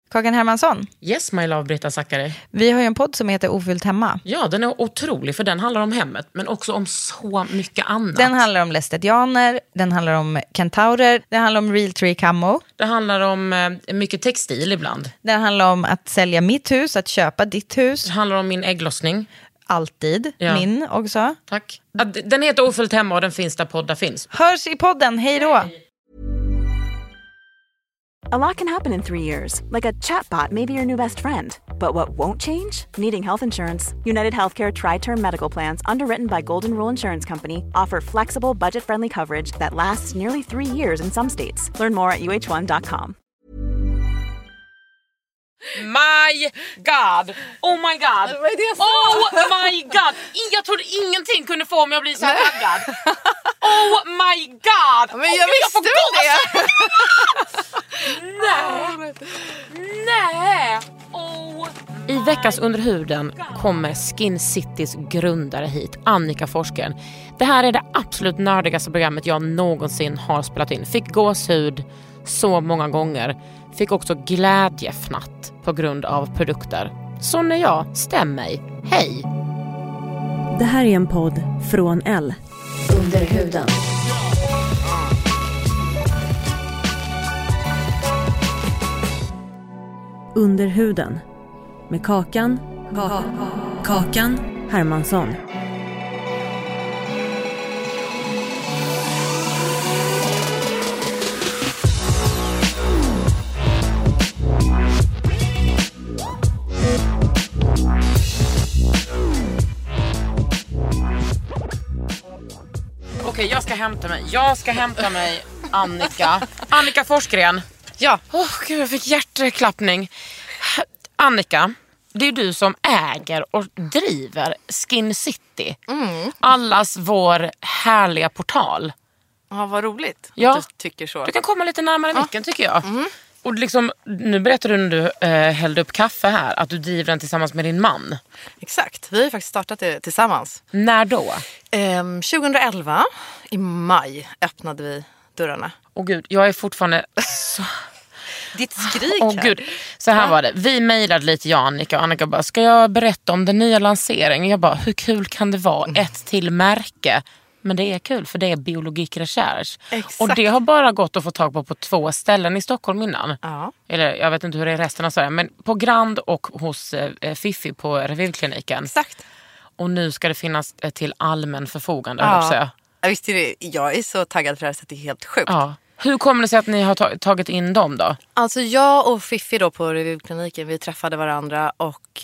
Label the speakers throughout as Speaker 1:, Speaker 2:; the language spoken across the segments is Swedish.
Speaker 1: Kakan Hermansson.
Speaker 2: Yes, my love, Britta Zackari.
Speaker 1: Vi har ju en podd som heter Ofyllt hemma.
Speaker 2: Ja, den är otrolig för den handlar om hemmet, men också om så mycket annat.
Speaker 1: Den handlar om lästetianer, den handlar om kentaurer, den handlar om Realtree Camo.
Speaker 2: Det handlar om mycket textil ibland.
Speaker 1: Den handlar om att sälja mitt hus, att köpa ditt hus.
Speaker 2: Det handlar om min ägglossning.
Speaker 1: Alltid, min också.
Speaker 2: Tack. Den heter Ofyllt hemma och den finns där poddar finns.
Speaker 1: Hörs i podden, hej då!
Speaker 3: A lot can happen in 3 years, like a chatbot may be your new best friend. But what won't change? Needing health insurance. United Healthcare Tri-Term Medical Plans, underwritten by Golden Rule Insurance Company, offer flexible, budget-friendly coverage that lasts nearly 3 years in some states. Learn more at uh1.com.
Speaker 2: My God! Oh my God! Oh my God! Jag trodde ingenting kunde få mig att bli så här taggad. Oh my God!
Speaker 4: Men jag visste det!
Speaker 2: Nej! Oh. I veckans Under huden kommer Skin Citys grundare hit, Annika Forsgren. Det här är det absolut nördigaste programmet jag någonsin har spelat in. Fick gåshud så många gånger. Fick också glädjefnatt på grund av produkter. Så när jag stämmer mig, hej!
Speaker 5: Det här är en podd från L.
Speaker 6: Under huden.
Speaker 5: Under huden. Med Kakan Hermansson.
Speaker 2: Okej, jag ska hämta mig Annika Forsgren.
Speaker 4: Ja.
Speaker 2: Gud, jag fick hjärtklappning. Annika, det är du som äger och driver Skin City. Allas vår härliga portal.
Speaker 4: Ja, vad roligt
Speaker 2: Ja.
Speaker 4: att du tycker så.
Speaker 2: Du kan komma lite närmare micken tycker jag. Och liksom, nu berättar du när du hällde upp kaffe här att du driver den tillsammans med din man.
Speaker 4: Exakt, vi har ju faktiskt startat det tillsammans.
Speaker 2: När då?
Speaker 4: 2011, i maj, öppnade vi dörrarna.
Speaker 2: Åh gud, jag är fortfarande så...
Speaker 4: Ditt skrik
Speaker 2: Åh gud, så här var det. Vi mejlade lite jag och Annika. Och Annika bara, ska jag berätta om den nya lanseringen? Jag bara, hur kul kan det vara? Ett till märke. Men det är kul för det är Biologik Recherche.
Speaker 4: Exakt.
Speaker 2: Och det har bara gått att få tag på 2 ställen i Stockholm innan.
Speaker 4: Ja.
Speaker 2: Eller jag vet inte hur det är resten av Sverige. Men på Grand och hos Fiffi på Revivkliniken.
Speaker 4: Exakt.
Speaker 2: Och nu ska det finnas till allmän förfogande.
Speaker 4: Ja. Visst är det, jag är så taggad för det här så det är helt sjukt.
Speaker 2: Ja. Hur kommer det sig att ni har tagit in dem då?
Speaker 4: Alltså jag och Fiffi då på Revivkliniken, vi träffade varandra och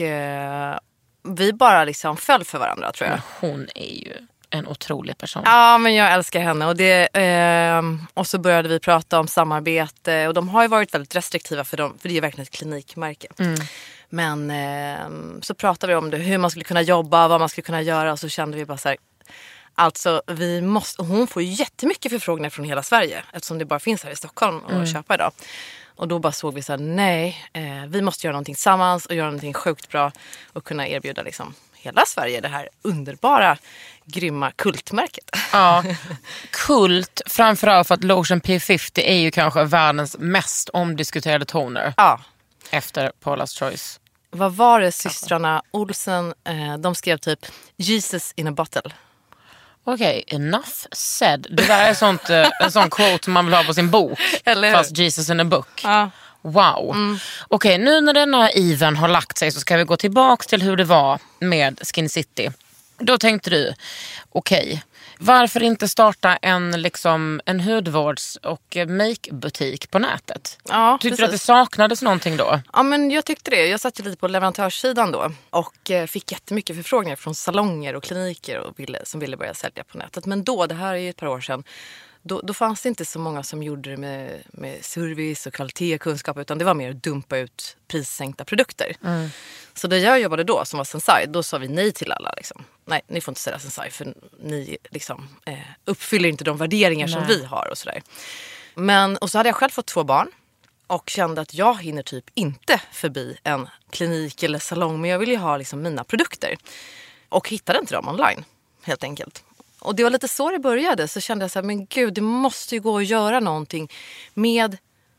Speaker 4: vi bara liksom föll för varandra tror jag.
Speaker 2: Men hon är ju en otrolig person.
Speaker 4: Ja, men jag älskar henne och, och så började vi prata om samarbete och de har ju varit väldigt restriktiva för det är verkligen ett klinikmärke. Men så pratade vi om det, hur man skulle kunna jobba, vad man skulle kunna göra och så kände vi bara så här, alltså vi måste, och hon får ju jättemycket förfrågningar från hela Sverige eftersom det bara finns här i Stockholm att köpa idag. Och då bara såg vi så här, nej, vi måste göra någonting tillsammans och göra någonting sjukt bra och kunna erbjuda liksom hela Sverige det här underbara, grymma kultmärket.
Speaker 2: Ja, kult framförallt för att Lotion P50 är ju kanske världens mest omdiskuterade toner.
Speaker 4: Ja.
Speaker 2: Efter Paula's Choice.
Speaker 4: Vad var det systrarna Olsen, de skrev typ Jesus in a bottle.
Speaker 2: Okej, enough said. Det där är en sån quote man vill ha på sin bok.
Speaker 4: Eller hur?
Speaker 2: Fast Jesus in a book.
Speaker 4: Ja.
Speaker 2: Wow. Okej, nu när denna even har lagt sig så ska vi gå tillbaka till hur det var med Skin City. Då tänkte du, okej, varför inte starta en hudvårds- och make-butik på nätet?
Speaker 4: Ja,
Speaker 2: Tyckte du att det saknades någonting då?
Speaker 4: Ja, men jag tyckte det. Jag satt ju lite på leverantörssidan då och fick jättemycket förfrågningar från salonger och kliniker som ville börja sälja på nätet. Men då, det här är ju ett par år sedan, då fanns det inte så många som gjorde det med service och kvalitet och kunskap utan det var mer att dumpa ut prissänkta produkter. Så där jag jobbade då, som var Sensai, då sa vi nej till alla. Liksom. Nej, ni får inte sälja Sensai för ni liksom, uppfyller inte de värderingar som vi har och sådär. Och så hade jag själv fått 2 barn och kände att jag hinner typ inte förbi en klinik eller salong, men jag vill ju ha liksom mina produkter. Och hittade inte dem online, helt enkelt. Och det var lite så det började, så kände jag så här, men gud, det måste ju gå att göra någonting med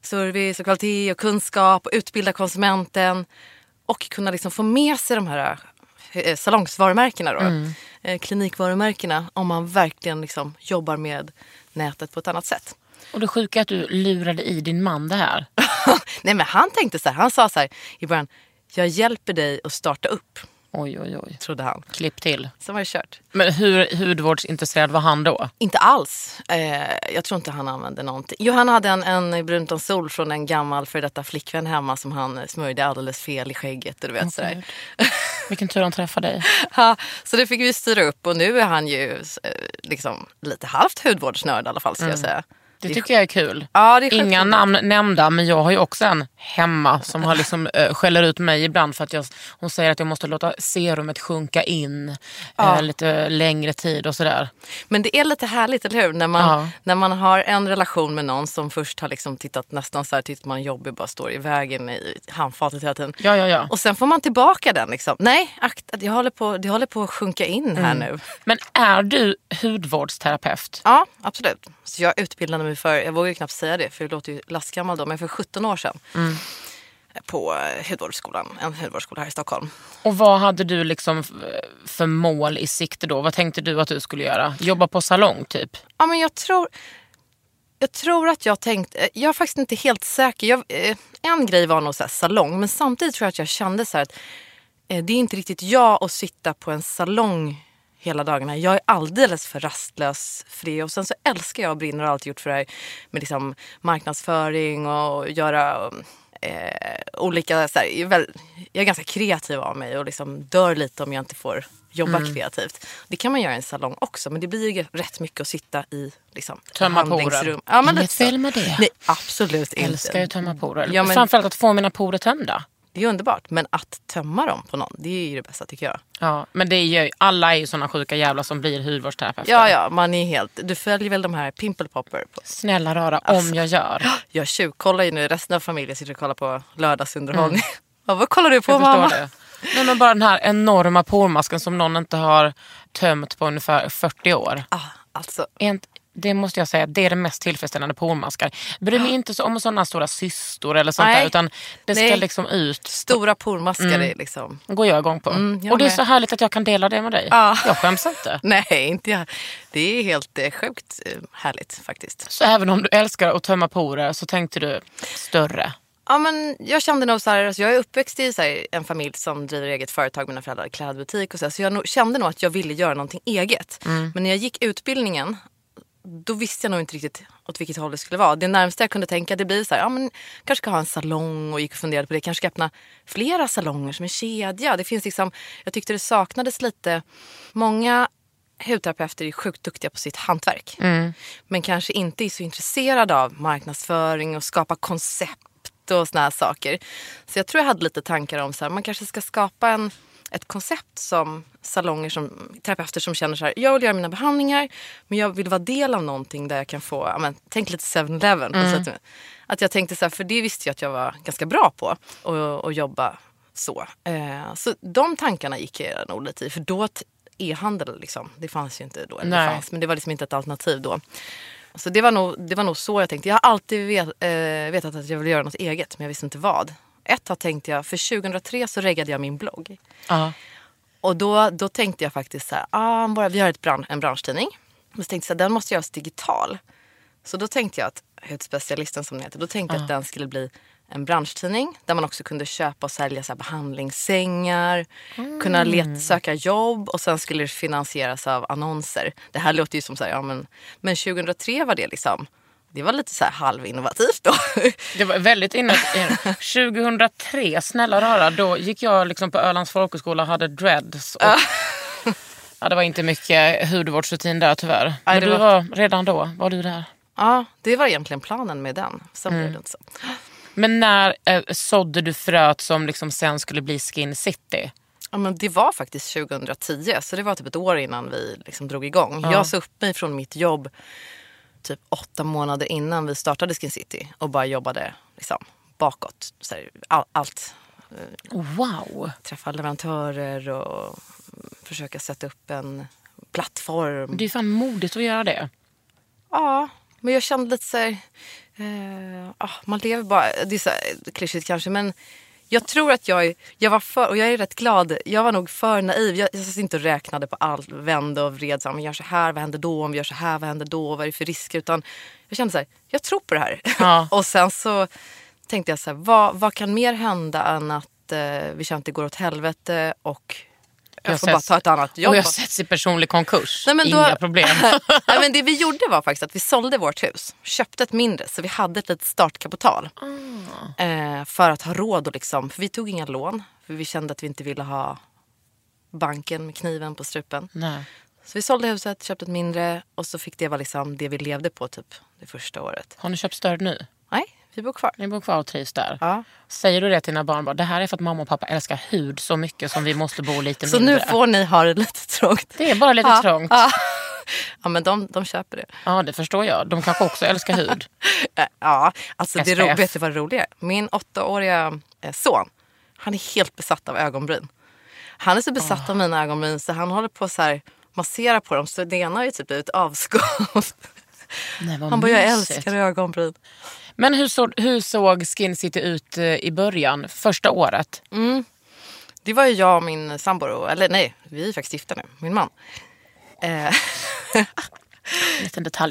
Speaker 4: service och kvalitet och kunskap och utbilda konsumenten och kunna liksom få med sig de här salongsvarumärkena då, klinikvarumärkena, om man verkligen liksom jobbar med nätet på ett annat sätt.
Speaker 2: Och det sjuka är att du lurade i din man det här.
Speaker 4: Nej, men han tänkte så här, han sa så här i början, jag hjälper dig att starta upp.
Speaker 2: Oj.
Speaker 4: Trodde han.
Speaker 2: Klipp till.
Speaker 4: Så var det kört.
Speaker 2: Men hur hudvårdsintresserad var han då?
Speaker 4: Inte alls. Jag tror inte han använde någonting. Jo, han hade en Brunton Sol från en gammal för detta flickvän hemma som han smörjde alldeles fel i skägget. Och du vet, sådär.
Speaker 2: Vilken tur han träffade dig.
Speaker 4: Ja, så det fick vi styra upp och nu är han ju liksom lite halvt hudvårdsnörd i alla fall, ska jag säga.
Speaker 2: Det tycker jag är kul.
Speaker 4: Ja, det är
Speaker 2: inga namn nämnda, men jag har ju också en hemma som har liksom skäller ut mig ibland för att hon säger att jag måste låta serumet sjunka in lite längre tid och sådär. Men det är lite härligt, eller hur? När man har en relation med någon som först har liksom tittat nästan så här, tyckt man jobbig bara står i vägen i handfatet hela tiden. Ja.
Speaker 4: Och sen får man tillbaka den liksom. Nej, det håller på att sjunka in här nu.
Speaker 2: Men är du hudvårdsterapeut?
Speaker 4: Ja, absolut. Så jag utbildade mig jag vågar ju knappt säga det för det låter ju lastgammal då, men för 17 år sedan på en hudvårdsskola här i Stockholm.
Speaker 2: Och vad hade du liksom för mål i sikte då? Vad tänkte du att du skulle göra? Jobba på salong typ?
Speaker 4: Ja, men jag tror att jag tänkte, jag är faktiskt inte helt säker. En grej var nog så här salong, men samtidigt tror jag att jag kände så här att det är inte riktigt jag att sitta på en salong hela dagarna. Jag är alldeles för rastlös för det. Och sen så älskar jag och brinner och alltid gjort för det här med liksom marknadsföring och göra olika... Så här, jag är ganska kreativ av mig och liksom dör lite om jag inte får jobba kreativt. Det kan man göra i en salong också, men det blir ju rätt mycket att sitta i liksom,
Speaker 2: tömma porer.
Speaker 4: Ja, men
Speaker 2: inget fel med det.
Speaker 4: Nej, absolut inte.
Speaker 2: Jag älskar ju tömma porer.
Speaker 4: Ja, men
Speaker 2: framförallt att få mina porer tömda.
Speaker 4: Det är underbart, men att tömma dem på någon, det är ju det bästa tycker jag.
Speaker 2: Ja, men det är ju, alla är ju såna sjuka jävlar som blir hudvårdsterapeuter.
Speaker 4: Ja, man är helt... Du följer väl de här Pimple Popper?
Speaker 2: Snälla rara, om jag gör.
Speaker 4: Jag tjuvkollar ju nu, resten av familjen sitter och kollar på lördagsunderhållning. Vad kollar du på,
Speaker 2: jag
Speaker 4: mamma?
Speaker 2: Det. Nej, men bara den här enorma pormasken som någon inte har tömt på ungefär 40 år.
Speaker 4: Alltså...
Speaker 2: Det måste jag säga, det är det mest tillfredsställande pormaskar. Bryr mig inte så om sådana stora cystor eller sånt där, utan det ska liksom ut.
Speaker 4: Stora pormaskar är liksom...
Speaker 2: går jag igång på. Och det är så härligt att jag kan dela det med dig. Jag skäms inte.
Speaker 4: Nej, inte jag. Det är helt sjukt härligt faktiskt.
Speaker 2: Så även om du älskar att tömma porer så tänkte du större? Ja,
Speaker 4: men jag kände nog så här, alltså jag är uppväxt i så här, en familj som driver eget företag, mina föräldrar klädbutik och så jag kände nog att jag ville göra någonting eget. Men när jag gick utbildningen, då visste jag nog inte riktigt åt vilket håll det skulle vara. Det närmaste jag kunde tänka, det blir så här, kanske ska ha en salong, och gick och funderade på det. Kanske ska öppna flera salonger som en kedja. Det finns liksom, jag tyckte det saknades lite. Många hudterapeuter är sjukt duktiga på sitt hantverk. Men kanske inte är så intresserade av marknadsföring och skapa koncept och såna här saker. Så jag tror jag hade lite tankar om så här, man kanske ska skapa ett koncept som salonger, som terapeuter som känner så här, jag vill göra mina behandlingar, men jag vill vara del av någonting där jag kan få, tänk lite 7-Eleven. Att jag tänkte så här, för det visste jag att jag var ganska bra på och jobba så. Så de tankarna gick jag nog lite i, för då e-handel liksom, det fanns ju inte då, eller det fanns, men det var liksom inte ett alternativ då. Så det var nog så jag tänkte. Jag har alltid vetat att jag vill göra något eget, men jag visste inte vad. Tänkte jag, för 2003 så reggade jag min blogg. Och då tänkte jag faktiskt så här, vi har en branschtidning. Men så tänkte jag så här, den måste göras digital. Så då tänkte jag att hudspecialisten som det heter, då tänkte jag att den skulle bli en branschtidning där man också kunde köpa och sälja så här behandlingssängar, kunna söka jobb, och sen skulle det finansieras av annonser. Det här låter ju som så här, men 2003 var det liksom, det var lite så här halvinnovativt då.
Speaker 2: Det var väldigt innovativt. 2003, snälla rara, då gick jag liksom på Ölands folkhögskola och hade dreads. Och det var inte mycket hudvårdsrutin där tyvärr. Men du var redan då, var du där?
Speaker 4: Ja, det var egentligen planen med den. Sen blev det inte så.
Speaker 2: Men när sådde du fröet som liksom sen skulle bli Skin City?
Speaker 4: Ja, men det var faktiskt 2010, så det var typ ett år innan vi liksom drog igång. Jag sa upp mig från mitt jobb typ 8 månader innan vi startade Skin City och bara jobbade liksom bakåt. Så här, allt.
Speaker 2: Wow!
Speaker 4: Träffa leverantörer och försöka sätta upp en plattform.
Speaker 2: Det är fan modigt att göra det.
Speaker 4: Ja, Men jag kände lite så här, man lever bara, det är så här klyschigt kanske, men jag tror att jag var för, och jag är rätt glad, jag var nog för naiv. Jag satt inte och räknade på allt, vände och vred, så här, om vi gör så här, vad händer då? Om vi gör så här, vad händer då? Vad är det för risker? Utan jag kände så här, jag tror på det här. Ja. Och sen så tänkte jag så här, vad kan mer hända än att vi känner att det går åt helvete och jag får bara ta ett annat jobb.
Speaker 2: Och jag sätts i personlig konkurs.
Speaker 4: Nej, men
Speaker 2: inga problem.
Speaker 4: Nej, men det vi gjorde var faktiskt att vi sålde vårt hus. Köpte ett mindre, så vi hade ett litet startkapital. För att ha råd och liksom, för vi tog inga lån. För vi kände att vi inte ville ha banken med kniven på strupen.
Speaker 2: Nej.
Speaker 4: Så vi sålde huset, köpte ett mindre och så fick det vara liksom det vi levde på typ det första året.
Speaker 2: Har ni köpt större nu?
Speaker 4: Nej, vi bor kvar.
Speaker 2: Ni bor kvar och trivs där.
Speaker 4: Ja.
Speaker 2: Säger du det till dina barn? Det här är för att mamma och pappa älskar hud så mycket som vi måste bo lite
Speaker 4: så
Speaker 2: mindre.
Speaker 4: Så nu får ni ha det lite trångt.
Speaker 2: Det är bara lite trångt.
Speaker 4: Ja. Ja, men de köper det.
Speaker 2: Ja, det förstår jag. De kanske också älskar hud.
Speaker 4: Ja, alltså
Speaker 2: SPF.
Speaker 4: vet du vad det roliga är? Min 8-åriga son, han är helt besatt av ögonbryn. Han är så besatt av mina ögonbryn så han håller på så här massera på dem. Så det ena har ju typ blivit avskavt. Han bara, jag älskar ögonbryn.
Speaker 2: Men hur såg Skin City ut i början, första året?
Speaker 4: Det var ju jag och min sambo, eller nej, vi är faktiskt gifta nu, min man.
Speaker 2: En liten detalj.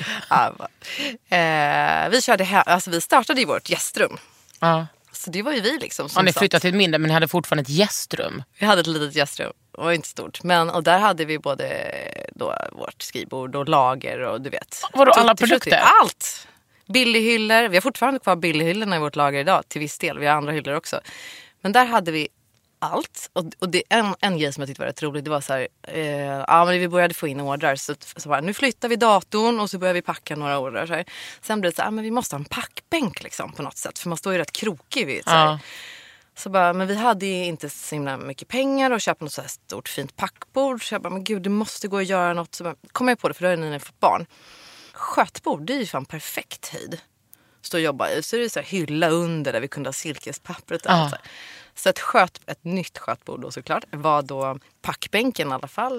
Speaker 4: Vi körde alltså vi startade i vårt gästrum.
Speaker 2: Ja.
Speaker 4: Så det var ju vi liksom som
Speaker 2: ni flyttade till ett mindre, men ni hade fortfarande ett gästrum.
Speaker 4: Vi hade ett litet gästrum. Det var inte stort. Och där hade vi både då vårt skrivbord och lager och du vet.
Speaker 2: Vadå, alla produkter?
Speaker 4: Allt! Billighyllor. Vi har fortfarande kvar billighyllorna i vårt lager idag till viss del. Vi har andra hyllor också. Men där hade vi allt. Och det en grej som jag tyckte var rätt roligt. Det var så här, men vi började få in ordrar. Så bara, nu flyttar vi datorn och så börjar vi packa några ordrar. Så här. Sen blev det så här, men vi måste ha en packbänk liksom, på något sätt. För man står ju rätt krokig vid. Så bara, men vi hade ju inte så himla mycket pengar och köpa något så här stort fint packbord. Så jag bara, men gud, det måste gå att göra något. Så kom jag på det, för då är ni fått barn. Skötbord, det är ju fan perfekt höjd. Stå och jobba i. Så är det så här hylla under där vi kunde ha silkespappret och allt så här. Så ett nytt skötbord då såklart var då packbänken i alla fall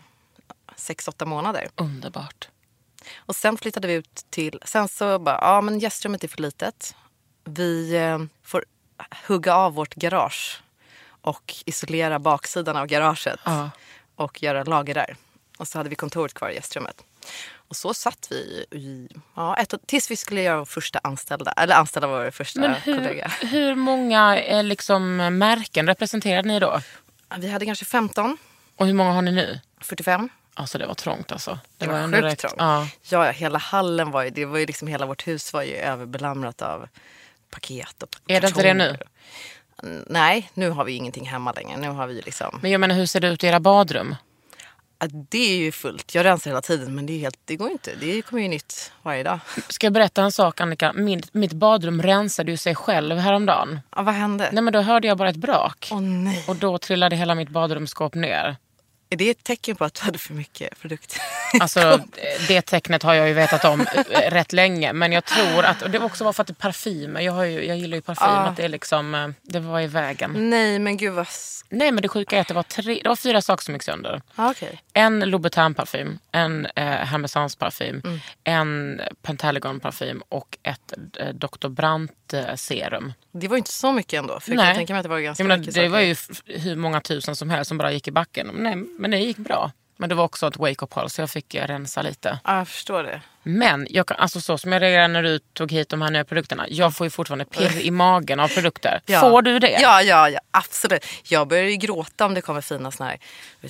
Speaker 4: 6-8 månader.
Speaker 2: Underbart.
Speaker 4: Och sen flyttade vi ut till, sen så bara, men gästrummet är för litet. Vi får hugga av vårt garage och isolera baksidan av garaget och göra lager där. Och så hade vi kontoret kvar i gästrummet. Och så satt vi tills vi skulle göra vår första anställa vår första kollega.
Speaker 2: Hur många liksom märken representerade ni då?
Speaker 4: Vi hade kanske 15.
Speaker 2: Och hur många har ni nu?
Speaker 4: 45.
Speaker 2: Alltså det var trångt alltså.
Speaker 4: Det var sjukt trångt. Ja, hela hallen var ju liksom, hela vårt hus var ju överbelamrat av paket och kartonger.
Speaker 2: Är det inte det nu?
Speaker 4: Nej, nu har vi ingenting hemma längre. Nu har vi liksom...
Speaker 2: Men jag menar, hur ser det ut i era badrum?
Speaker 4: Det är ju fullt. Jag rensar hela tiden, men det går inte. Det kommer ju nytt varje dag.
Speaker 2: Ska jag berätta en sak, Annika? Mitt badrum rensade ju sig själv häromdagen.
Speaker 4: Ja, vad hände?
Speaker 2: Nej, men då hörde jag bara ett brak.
Speaker 4: Åh nej.
Speaker 2: Och då trillade hela mitt badrumsskåp ner.
Speaker 4: Är det ett tecken på att du hade för mycket produkter?
Speaker 2: Alltså, det tecknet har jag ju vetat om rätt länge. Men jag tror att, och det också var för att det är parfym. Jag gillar ju parfym, att det är liksom, det var i vägen.
Speaker 4: Nej, men gud vad...
Speaker 2: Nej, men det sjuka är att det var 4 saker som gick sönder.
Speaker 4: Okay.
Speaker 2: En Louboutin-parfym, en Hermesans-parfym, en Pentagon-parfym och ett Dr. Brandt-serum.
Speaker 4: Det var ju inte så mycket ändå. För jag tänker mig att det var ganska mycket
Speaker 2: det var ju hur många tusen som helst som bara gick i backen. Nej, men det gick bra. Men det var också ett wake-up-call, så jag fick rensa lite.
Speaker 4: Ja, jag förstår det.
Speaker 2: Men alltså så som jag reagerade när du tog hit de här nya produkterna, jag får ju fortfarande pirr i magen av produkter. Ja. Får du det?
Speaker 4: Ja, absolut. Jag börjar ju gråta om det kommer fina såna här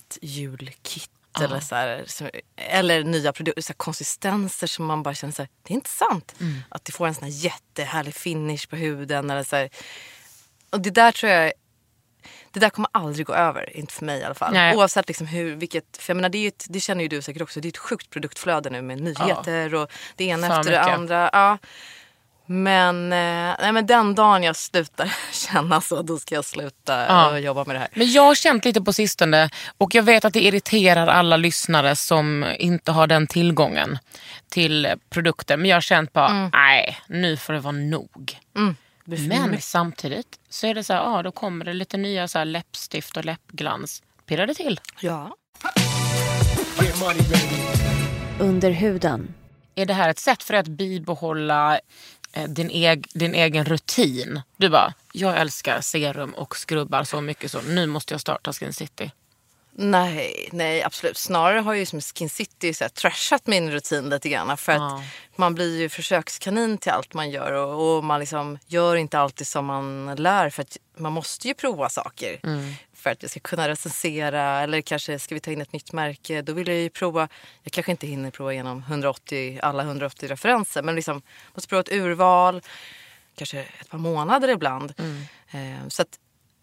Speaker 4: julkit eller så här, eller nya produkter, så här, konsistenser som man bara känner så här, det är inte sant. Att det får en sån här jättehärlig finish på huden eller så här. Och det där tror jag, det där kommer aldrig gå över, inte för mig i alla fall. Nej. Oavsett liksom för jag menar, det känner ju du säkert också, det är ett sjukt produktflöde nu med nyheter och det ena efter det andra. Ja. Men den dagen jag slutar känna så, då ska jag sluta och jobba med det här.
Speaker 2: Men jag har känt lite på sistone, och jag vet att det irriterar alla lyssnare som inte har den tillgången till produkter. Men jag har känt bara, nej, nu får det vara nog. Men samtidigt så är det så här, då kommer det lite nya så här läppstift och läppglans. Pirrar det till?
Speaker 4: Ja.
Speaker 5: Under huden.
Speaker 2: är det här ett sätt för dig att bibehålla din egen rutin? Du bara, jag älskar serum och skrubbar så mycket så nu måste jag starta Skin City.
Speaker 4: Nej, absolut. Snarare har ju som Skin City så här, trashat min rutin lite grann. För att man blir ju försökskanin till allt man gör. Och man liksom gör inte alltid som man lär. För att man måste ju prova saker. För att jag ska kunna recensera. Eller kanske ska vi ta in ett nytt märke. Då vill jag ju prova. Jag kanske inte hinner prova igenom alla 180 referenser. Men liksom måste prova ett urval. Kanske ett par månader ibland. Så att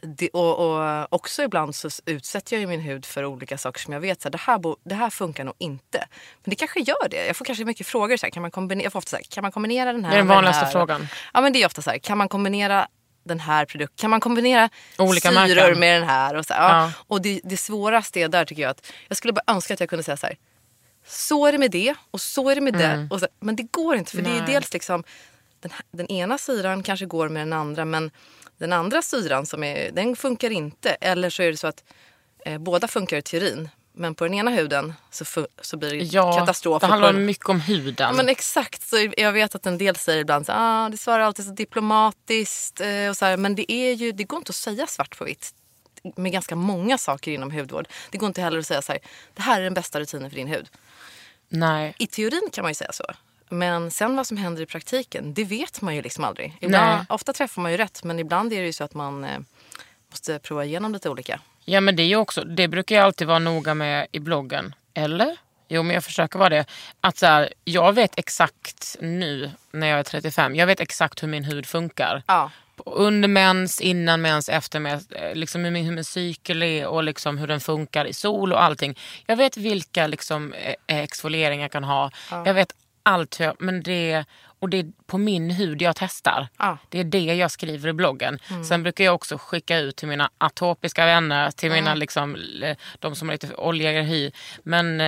Speaker 4: och också ibland så utsätter jag ju min hud för olika saker som jag vet så här, det här funkar nog inte. Men det kanske gör det. Jag får kanske mycket frågor så här, kan man kombinera den här?
Speaker 2: Det är den vanligaste frågan.
Speaker 4: Ja, men det är ofta så här, kan man kombinera den här produkten? Kan man kombinera
Speaker 2: olika
Speaker 4: syror
Speaker 2: märken
Speaker 4: med den här och så här, ja. Och det svåraste är där tycker jag att jag skulle bara önska att jag kunde säga så här, så är det med det och så är det med det och så, men det går inte för det är dels liksom den ena syran kanske går med den andra, men den andra syran den funkar inte. Eller så är det så att båda funkar i teorin. Men på den ena huden så blir det katastrof.
Speaker 2: Det handlar mycket om huden.
Speaker 4: Ja, men exakt. Så jag vet att en del säger ibland så det svarar alltid så diplomatiskt. Och så här, men det går inte att säga svart på vitt. Med ganska många saker inom hudvård. Det går inte heller att säga så här, det här är den bästa rutinen för din hud.
Speaker 2: Nej.
Speaker 4: I teorin kan man ju säga så. Men sen vad som händer i praktiken, det vet man ju liksom aldrig. Ofta träffar man ju rätt, men ibland är det ju så att man måste prova igenom lite olika.
Speaker 2: Ja, men det är ju också, det brukar jag alltid vara noga med i bloggen. Eller? Jo, men jag försöker vara det. Att så här, jag vet exakt nu när jag är 35, jag vet exakt hur min hud funkar.
Speaker 4: Ja.
Speaker 2: Under mens, innan mens, efter mens, liksom hur min cykel är och liksom hur den funkar i sol och allting. Jag vet vilka liksom exfolieringar jag kan ha. Ja. Jag vet allt, men det är på min hud jag testar. Det är det jag skriver i bloggen. Sen brukar jag också skicka ut till mina atopiska vänner, till mina liksom, de som har lite oljigare hy. Men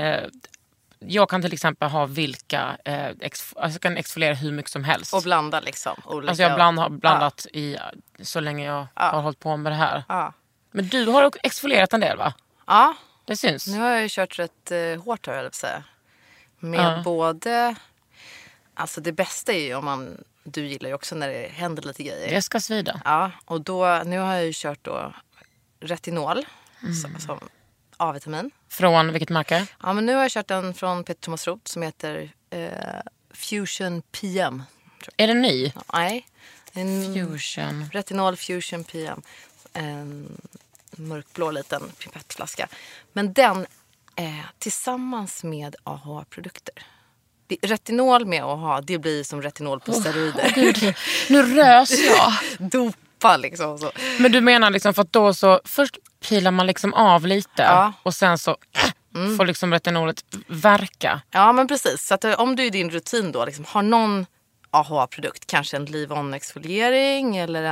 Speaker 2: jag kan till exempel ha vilka, jag kan exfoliera hur mycket som helst.
Speaker 4: Och blanda liksom. Olika.
Speaker 2: Alltså jag har blandat i så länge jag har hållit på med det här. Men du har exfolierat en del, va?
Speaker 4: Ja.
Speaker 2: Det syns.
Speaker 4: Nu har jag ju kört rätt hårt här, jag säga. Med både... Alltså det bästa är ju om du gillar ju också när det händer lite grejer.
Speaker 2: Det ska svida.
Speaker 4: Ja, och nu har jag ju kört då retinol som A-vitamin.
Speaker 2: Från vilket märke?
Speaker 4: Ja, men nu har jag kört den från Peter Thomas Roth som heter Fusion PM.
Speaker 2: Är den ny?
Speaker 4: Nej.
Speaker 2: Fusion.
Speaker 4: Retinol Fusion PM. En mörkblå liten pipettflaska. Men den tillsammans med AHA-produkter. Retinol med AHA, det blir som retinol på steroider.
Speaker 2: Gud, nu rös jag.
Speaker 4: Dopa liksom så.
Speaker 2: Men du menar liksom för att då så först pilar man liksom av lite och sen så får liksom retinolet verka. Ja, men precis. Så att om du i din rutin då liksom har någon AHA-produkt, kanske en leave-on exfoliering eller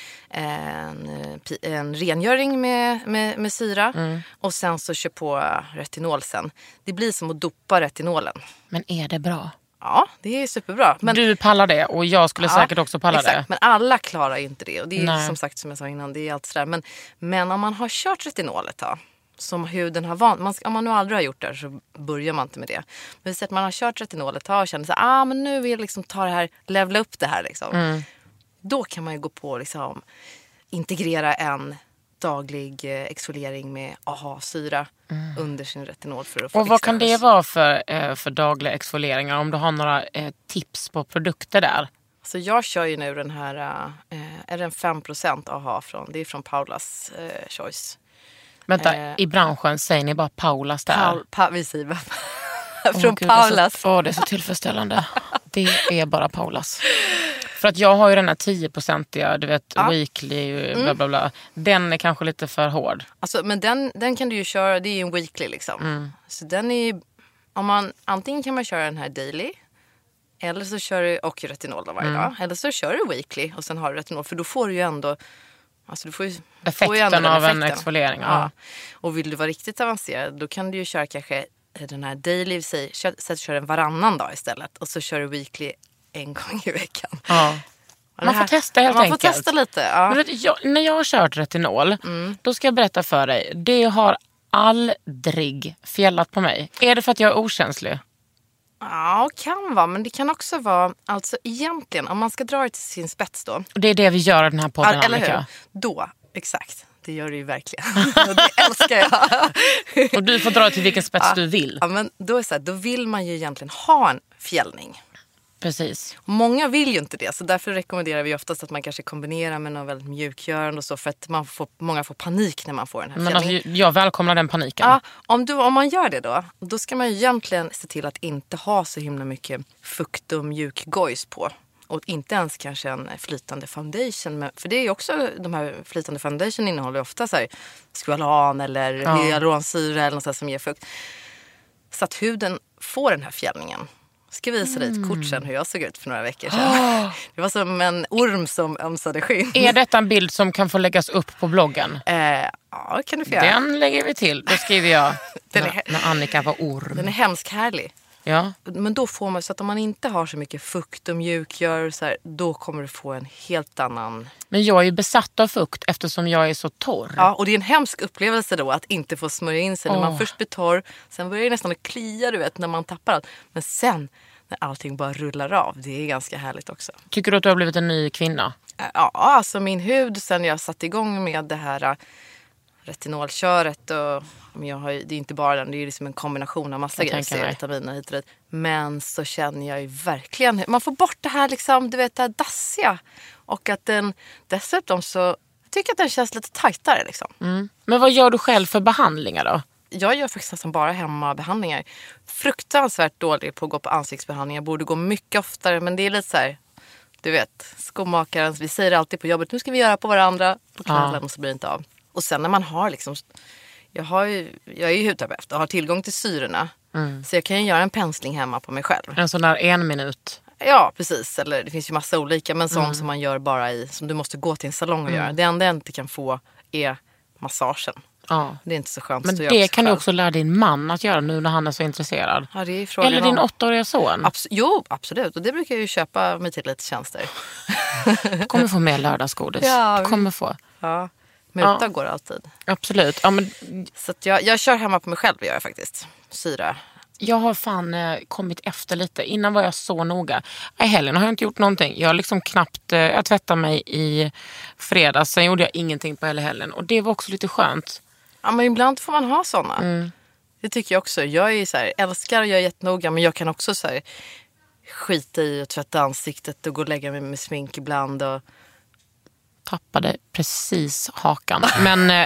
Speaker 2: en rengöring med syra och sen så kör på retinol sen. Det blir som att dopa retinolen. Men är det bra?
Speaker 4: Ja, det är superbra. Men
Speaker 2: du pallar det och jag skulle säkert också palla det.
Speaker 4: Men alla klarar ju inte det. Och det är som sagt som jag sa innan, det är allt sådär. Men om man har kört retinolet då, som huden har vant. Om man nu aldrig har gjort det så börjar man inte med det. Men så att man har kört retinolet och känner så här, men nu vill jag liksom ta det här, levla upp det här liksom. Då kan man ju gå på liksom integrera en daglig exfoliering med AHA-syra under sin retinol för att få. Och
Speaker 2: vad kan det vara för dagliga exfolieringar om du har några tips på produkter där?
Speaker 4: Så jag kör ju nu den här är den 5% AHA det är från Paulas Choice.
Speaker 2: Vänta, i branschen säger ni bara Paulas där?
Speaker 4: Vi säger bara från Paulas.
Speaker 2: Det är så tillfredsställande. Det är bara Paulas. För att jag har ju den här 10%iga, du vet, weekly, bla bla bla. Den är kanske lite för hård. Alltså, men den kan du ju köra, det är ju en weekly liksom. Så den är, antingen kan man köra den här daily. Eller så kör du, och retinol varje dag. Eller så kör du weekly och sen har du retinol. För då får du ju ändå, alltså du får ju effekten av en exfoliering.
Speaker 4: Ja. Och vill du vara riktigt avancerad, då kan du ju köra kanske den här daily, så kör den varannan dag istället. Och så kör du weekly en gång i veckan. Ja.
Speaker 2: Man får testa helt enkelt.
Speaker 4: Man får testa lite, ja.
Speaker 2: Men när jag har kört retinol, då ska jag berätta för dig. Det har aldrig fjällat på mig. Är det för att jag är okänslig?
Speaker 4: Ja, kan vara. Men det kan också vara, alltså egentligen, om man ska dra det till sin spets då.
Speaker 2: Och det är det vi gör i den här podden,
Speaker 4: eller
Speaker 2: Annika.
Speaker 4: hur? Då, exakt. Det gör det ju verkligen. Och det älskar jag.
Speaker 2: Och du får dra det till vilken spets du vill.
Speaker 4: Ja, men då är det så här, då vill man ju egentligen ha en fjällning.
Speaker 2: Precis.
Speaker 4: Många vill ju inte det, så därför rekommenderar vi oftast att man kanske kombinerar med något väldigt mjukgörande och så, för att många får panik när man får den här fjällningen.
Speaker 2: Men alltså, jag välkomnar den paniken.
Speaker 4: Ja, om man gör det då ska man ju egentligen se till att inte ha så himla mycket fukt och mjuk gojs på. Och inte ens kanske en flytande foundation. För det är ju också, de här flytande foundation innehåller ofta så här squalan eller hyaluronsyra eller något sånt som ger fukt. Så att huden får den här fjällningen. Ska visa dig ett kort sen hur jag såg ut för några veckor sedan. Det var som en orm som ömsade skinn.
Speaker 2: Är detta en bild som kan få läggas upp på bloggen?
Speaker 4: Ja, kan du få göra.
Speaker 2: Den lägger vi till. Då skriver jag när Annika var orm.
Speaker 4: Den är hemskt härlig.
Speaker 2: Ja.
Speaker 4: Men då får man, så att om man inte har så mycket fukt och mjukgör så här, då kommer du få en helt annan...
Speaker 2: Men jag är ju besatt av fukt eftersom jag är så torr.
Speaker 4: Ja, och det är en hemsk upplevelse då att inte få smörja in sig när man först blir torr. Sen börjar det nästan att klia, du vet, när man tappar allt. Men sen när allting bara rullar av, det är ganska härligt också.
Speaker 2: Tycker du att du har blivit en ny kvinna?
Speaker 4: Ja, alltså min hud sen jag satte igång med det här retinolköret och det är inte bara den, det är liksom en kombination av massa grejer, C-vitaminer hit och dit. Men så känner jag ju verkligen, man får bort det här liksom, du vet, det här dassiga. Och att den dessutom så, jag tycker att den känns lite tajtare liksom.
Speaker 2: Men vad gör du själv för behandlingar då?
Speaker 4: Jag gör faktiskt nästan bara hemmabehandlingar. Fruktansvärt dålig på att gå på ansiktsbehandlingar. Jag borde gå mycket oftare, men det är lite så här, du vet, skomakaren, vi säger alltid på jobbet, nu ska vi göra på varandra på kvällen och så blir det inte av. Och sen när man har liksom, jag är ju hudterapeut och har tillgång till syrorna. Så jag kan ju göra en pensling hemma på mig själv.
Speaker 2: En sån där 1 minut.
Speaker 4: Ja, precis. Eller det finns ju massa olika, men sånt som man gör bara som du måste gå till en salong och göra. Det enda jag inte kan få är massagen.
Speaker 2: Ja.
Speaker 4: Det är inte så skönt.
Speaker 2: Men det kan du också lära din man att göra nu när han är så intresserad.
Speaker 4: Ja, det är frågan.
Speaker 2: Eller din 8-åriga son.
Speaker 4: Jo, absolut. Och det brukar jag ju köpa mig till lite tjänster.
Speaker 2: Du kommer få mer lördagsgodis.
Speaker 4: Ja,
Speaker 2: du kommer få.
Speaker 4: Ja, muta går alltid.
Speaker 2: Absolut. Ja, men...
Speaker 4: Så att jag kör hemma på mig själv, gör jag faktiskt. Syra.
Speaker 2: Jag har fan kommit efter lite. Innan var jag så noga. I helgen har jag inte gjort någonting. Jag har liksom knappt... jag tvättade mig i fredags. Sen gjorde jag ingenting på hela helgen. Och det var också lite skönt.
Speaker 4: Ja, men ibland får man ha såna. Det tycker jag också. Jag är så här, älskar och jag är jättenoga. Men jag kan också så här, skita i att tvätta ansiktet och gå och lägga mig med smink ibland. Och...
Speaker 2: Tappade precis hakan. Men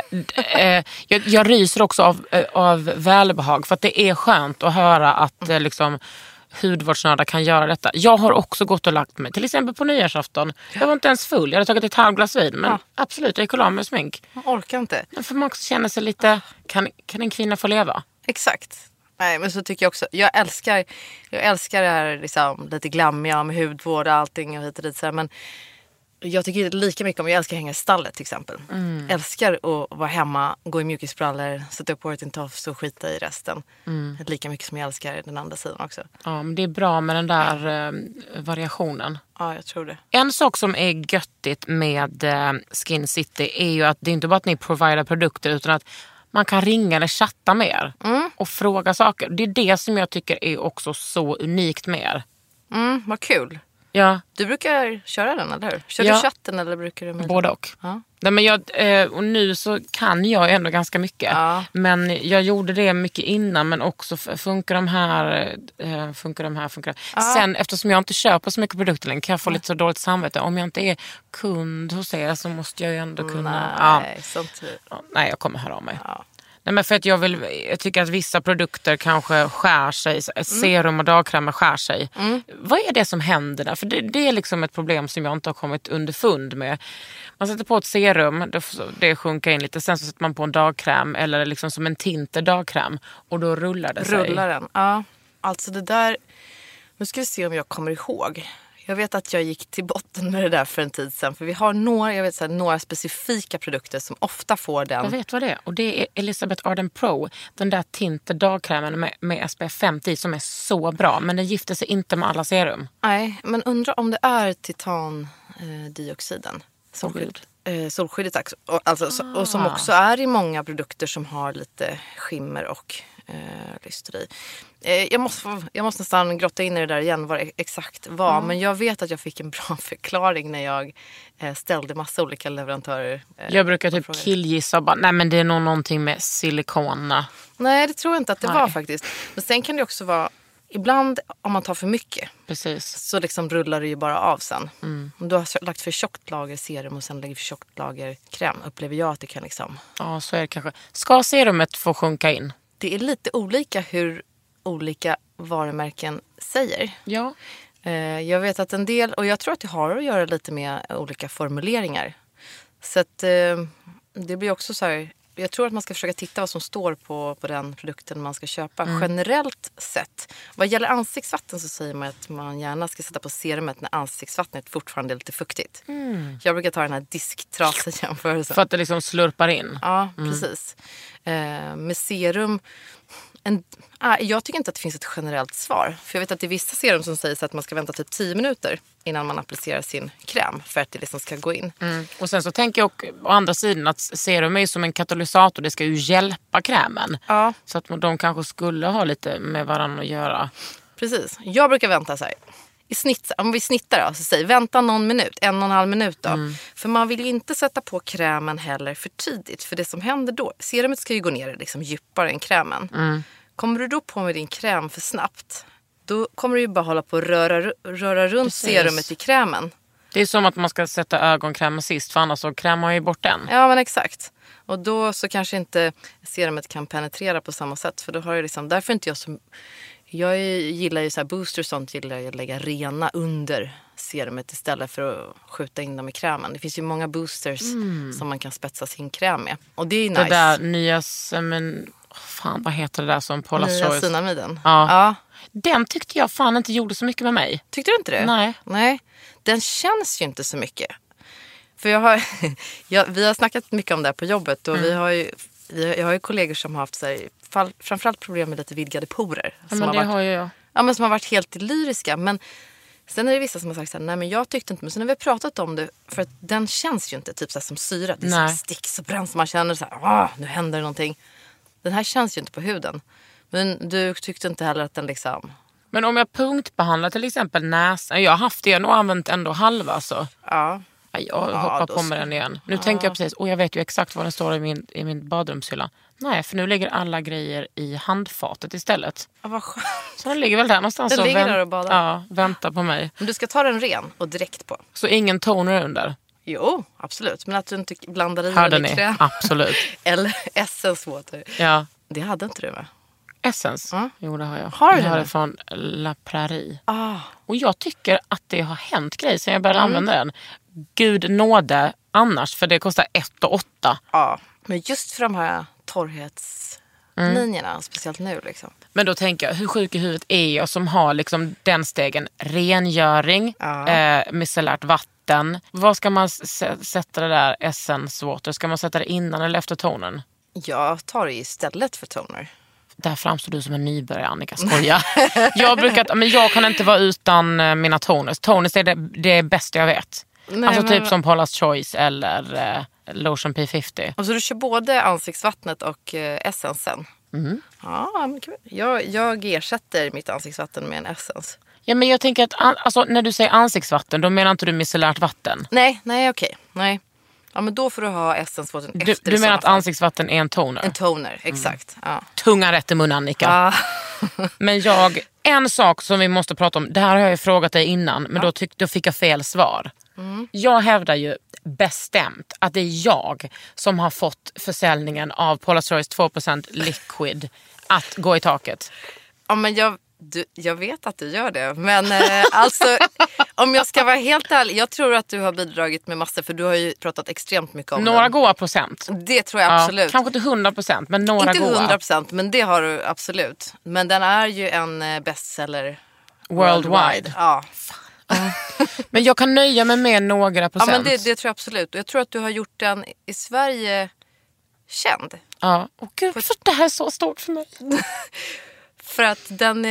Speaker 2: jag ryser också av välbehag. För att det är skönt att höra att liksom, hudvårdsnördar kan göra detta. Jag har också gått och lagt mig. Till exempel på nyårsafton. Jag var inte ens full. Jag hade tagit ett halvglas vin. Men absolut, jag gick och la med smink.
Speaker 4: Man orkar inte.
Speaker 2: Men för man också känner sig lite... Kan en kvinna få leva?
Speaker 4: Exakt. Nej, men så tycker jag också. Jag älskar det här liksom, lite glammiga med hudvård och allting och hit och dit. Så här, men jag tycker lika mycket om, jag älskar att hänga i stallet till exempel. Älskar att vara hemma, gå i mjukisbrallor, sätta upp håret i en tofs och skita i resten. Lika mycket som jag älskar den andra sidan också.
Speaker 2: Ja, men det är bra med den där variationen.
Speaker 4: Ja, jag tror det.
Speaker 2: En sak som är göttigt med Skin City är ju att det är inte bara att ni provider produkter utan att man kan ringa eller chatta med er och fråga saker. Det är det som jag tycker är också så unikt med er.
Speaker 4: Vad kul.
Speaker 2: Ja.
Speaker 4: Du brukar köra den, eller hur? Kör du chatten eller brukar du...
Speaker 2: Både och. Ja. Nej, men och nu så kan jag ändå ganska mycket. Ja. Men jag gjorde det mycket innan, men också funkar de här. Ja. Sen eftersom jag inte köper så mycket produkter längre kan jag få lite så dåligt samvete. Om jag inte är kund hos er så måste jag ju ändå kunna... Nej, jag kommer höra av mig. Ja. Nej, men för att jag tycker att vissa produkter kanske skär sig. Serum och dagkrämer skär sig. Vad är det som händer där? För det är liksom ett problem som jag inte har kommit underfund med. Man sätter på ett serum, det sjunker in lite. Sen så sätter man på en dagkräm eller liksom som en tinter dagkräm. Och då rullar det sig.
Speaker 4: Rullar den, ja. Alltså det där... Nu ska vi se om jag kommer ihåg. Jag vet att jag gick till botten med det där för en tid sedan. För vi har några specifika produkter som ofta får den.
Speaker 2: Jag vet vad det är. Och det är Elizabeth Arden Pro. Den där tinter dagkrämen med SPF 50 som är så bra. Men den gifter sig inte med alla serum.
Speaker 4: Nej, men undrar om det är titandioxiden. Solskyddet också. Och som också är i många produkter som har lite skimmer och lysteri. Jag måste nästan grotta in i det där igen vad det exakt var. Men jag vet att jag fick en bra förklaring när jag ställde massa olika leverantörer.
Speaker 2: Jag brukar typ killgissa och bara, nej men det är nog någonting med silikona.
Speaker 4: Nej, det tror jag inte att det var faktiskt. Men sen kan det också vara, ibland om man tar för mycket.
Speaker 2: Precis.
Speaker 4: Så liksom rullar det ju bara av sen. Om du har lagt för tjockt lager serum och sen lägger för tjockt lager kräm, upplever jag att det kan liksom...
Speaker 2: Ja, så är det kanske. Ska serumet få sjunka in?
Speaker 4: Det är lite olika hur olika varumärken säger.
Speaker 2: Ja.
Speaker 4: Jag vet att en del, och jag tror att det har att göra lite med olika formuleringar. Så att det blir också så här, jag tror att man ska försöka titta vad som står på den produkten man ska köpa. Generellt sett, vad gäller ansiktsvatten så säger man att man gärna ska sätta på serumet när ansiktsvattnet fortfarande är lite fuktigt. Jag brukar ta den här disktrasiga jämförelsen.
Speaker 2: För att det liksom slurpar in.
Speaker 4: Ja, precis. Med serum... jag tycker inte att det finns ett generellt svar. För jag vet att det är vissa serum som säger att man ska vänta typ 10 minuter innan man applicerar sin kräm för att det liksom ska gå in.
Speaker 2: Och sen så tänker jag å andra sidan att serum är som en katalysator. Det ska ju hjälpa krämen. Ja. Så att de kanske skulle ha lite med varandra att göra.
Speaker 4: Precis. Jag brukar vänta så här. I snitt, om vi snittar då, så säg vänta någon minut, 1,5 minut då. För man vill ju inte sätta på krämen heller för tidigt. För det som händer då, serumet ska ju gå ner liksom djupare än krämen. Kommer du då på med din kräm för snabbt, då kommer du ju bara hålla på att röra runt serumet i krämen.
Speaker 2: Det är som att man ska sätta ögonkrämen sist, för annars så krämar man ju bort den.
Speaker 4: Ja, men exakt. Och då så kanske inte serumet kan penetrera på samma sätt. För då har jag liksom, därför inte jag som... Jag gillar ju så här boosters och sånt, gillar jag att lägga rena under serumet istället för att skjuta in dem i krämen. Det finns ju många boosters som man kan spetsa sin kräm med. Och det är nice.
Speaker 2: Det där nya fan, vad heter det där som Paula Choice?
Speaker 4: Niacinamiden.
Speaker 2: Ja. Den tyckte jag fan inte gjorde så mycket med mig.
Speaker 4: Tyckte du inte det? Nej. Den känns ju inte så mycket. För vi har snackat mycket om det här på jobbet och jag har ju kollegor som har haft så här, framförallt problem med lite vidgade porer.
Speaker 2: Ja, men det har ju jag.
Speaker 4: Ja, men som har varit helt lyriska. Men sen är det vissa som har sagt så här, nej men jag tyckte inte, men sen har vi pratat om det, för att den känns ju inte typ så här som syra. Det är så sticks och bränns, man känner så här, nu händer det någonting. Den här känns ju inte på huden. Men du tyckte inte heller att den liksom...
Speaker 2: Men om jag punktbehandlar till exempel näsan, jag har haft det, jag har nog använt ändå halva så.
Speaker 4: Ja.
Speaker 2: Jag hoppar på med den igen. Nu tänker jag precis, och jag vet ju exakt vad den står i min badrumshylla. Nej, för nu ligger alla grejer i handfatet istället.
Speaker 4: Ja, vad skönt.
Speaker 2: Så den ligger väl där någonstans.
Speaker 4: Den ligger där och badar.
Speaker 2: Ja, väntar på mig.
Speaker 4: Men du ska ta den ren och direkt på.
Speaker 2: Så ingen toner under?
Speaker 4: Jo, absolut. Men att du inte blandar i
Speaker 2: den
Speaker 4: i kräm.
Speaker 2: Absolut.
Speaker 4: Eller Essence Water.
Speaker 2: Ja.
Speaker 4: Det hade inte du med.
Speaker 2: Essence? Jo, det har jag.
Speaker 4: Har du
Speaker 2: jag har det från La Prairie.
Speaker 4: Ah.
Speaker 2: Och jag tycker att det har hänt grejer sen jag började använda den. Gud nåde annars, för det kostar 1,8.
Speaker 4: Ja, men just för de här torrhetslinjerna, speciellt nu liksom.
Speaker 2: Men då tänker jag, hur sjuk i huvudet är jag som har liksom den stegen? Rengöring, micellärt vatten. Vad ska man sätta det där Essence Water? Ska man sätta det innan eller efter tonern?
Speaker 4: Jag tar det istället för toner.
Speaker 2: Där framstår du som en nybörjare, Annika. Skoja. Jag kan inte vara utan mina toners. Toners är det bästa jag vet. Nej, alltså typ som Paula's Choice eller Lotion P50.
Speaker 4: Och så du kör både ansiktsvattnet och essensen? Ja, men kul. Jag ersätter mitt ansiktsvatten med en essens.
Speaker 2: Ja, men jag tänker att alltså, när du säger ansiktsvatten, då menar inte du micellärt vatten?
Speaker 4: Nej, okej. Nej. Ja, men då får du ha essensvatten efter.
Speaker 2: Du menar att ansiktsvatten är en toner?
Speaker 4: En toner, exakt. Ja.
Speaker 2: Tunga rätt i mun, Annika. Men en sak som vi måste prata om, det här har jag ju frågat dig innan, men då fick jag fel svar. Jag hävdar ju bestämt att det är jag som har fått försäljningen av Paula's Choice 2% liquid att gå i taket.
Speaker 4: Ja, men jag vet att du gör det. Men alltså, om jag ska vara helt ärlig, jag tror att du har bidragit med massor, för du har ju pratat extremt mycket om
Speaker 2: några goda procent.
Speaker 4: Det tror jag absolut.
Speaker 2: Kanske inte 100%, men några goda.
Speaker 4: Inte 100%, men det har du absolut. Men den är ju en bestseller
Speaker 2: worldwide.
Speaker 4: Ja.
Speaker 2: Men jag kan nöja mig med några procent.
Speaker 4: Ja, men det tror jag absolut. Och jag tror att du har gjort den i Sverige känd.
Speaker 2: Ja, och gud, för det här är så stort för mig.
Speaker 4: För att den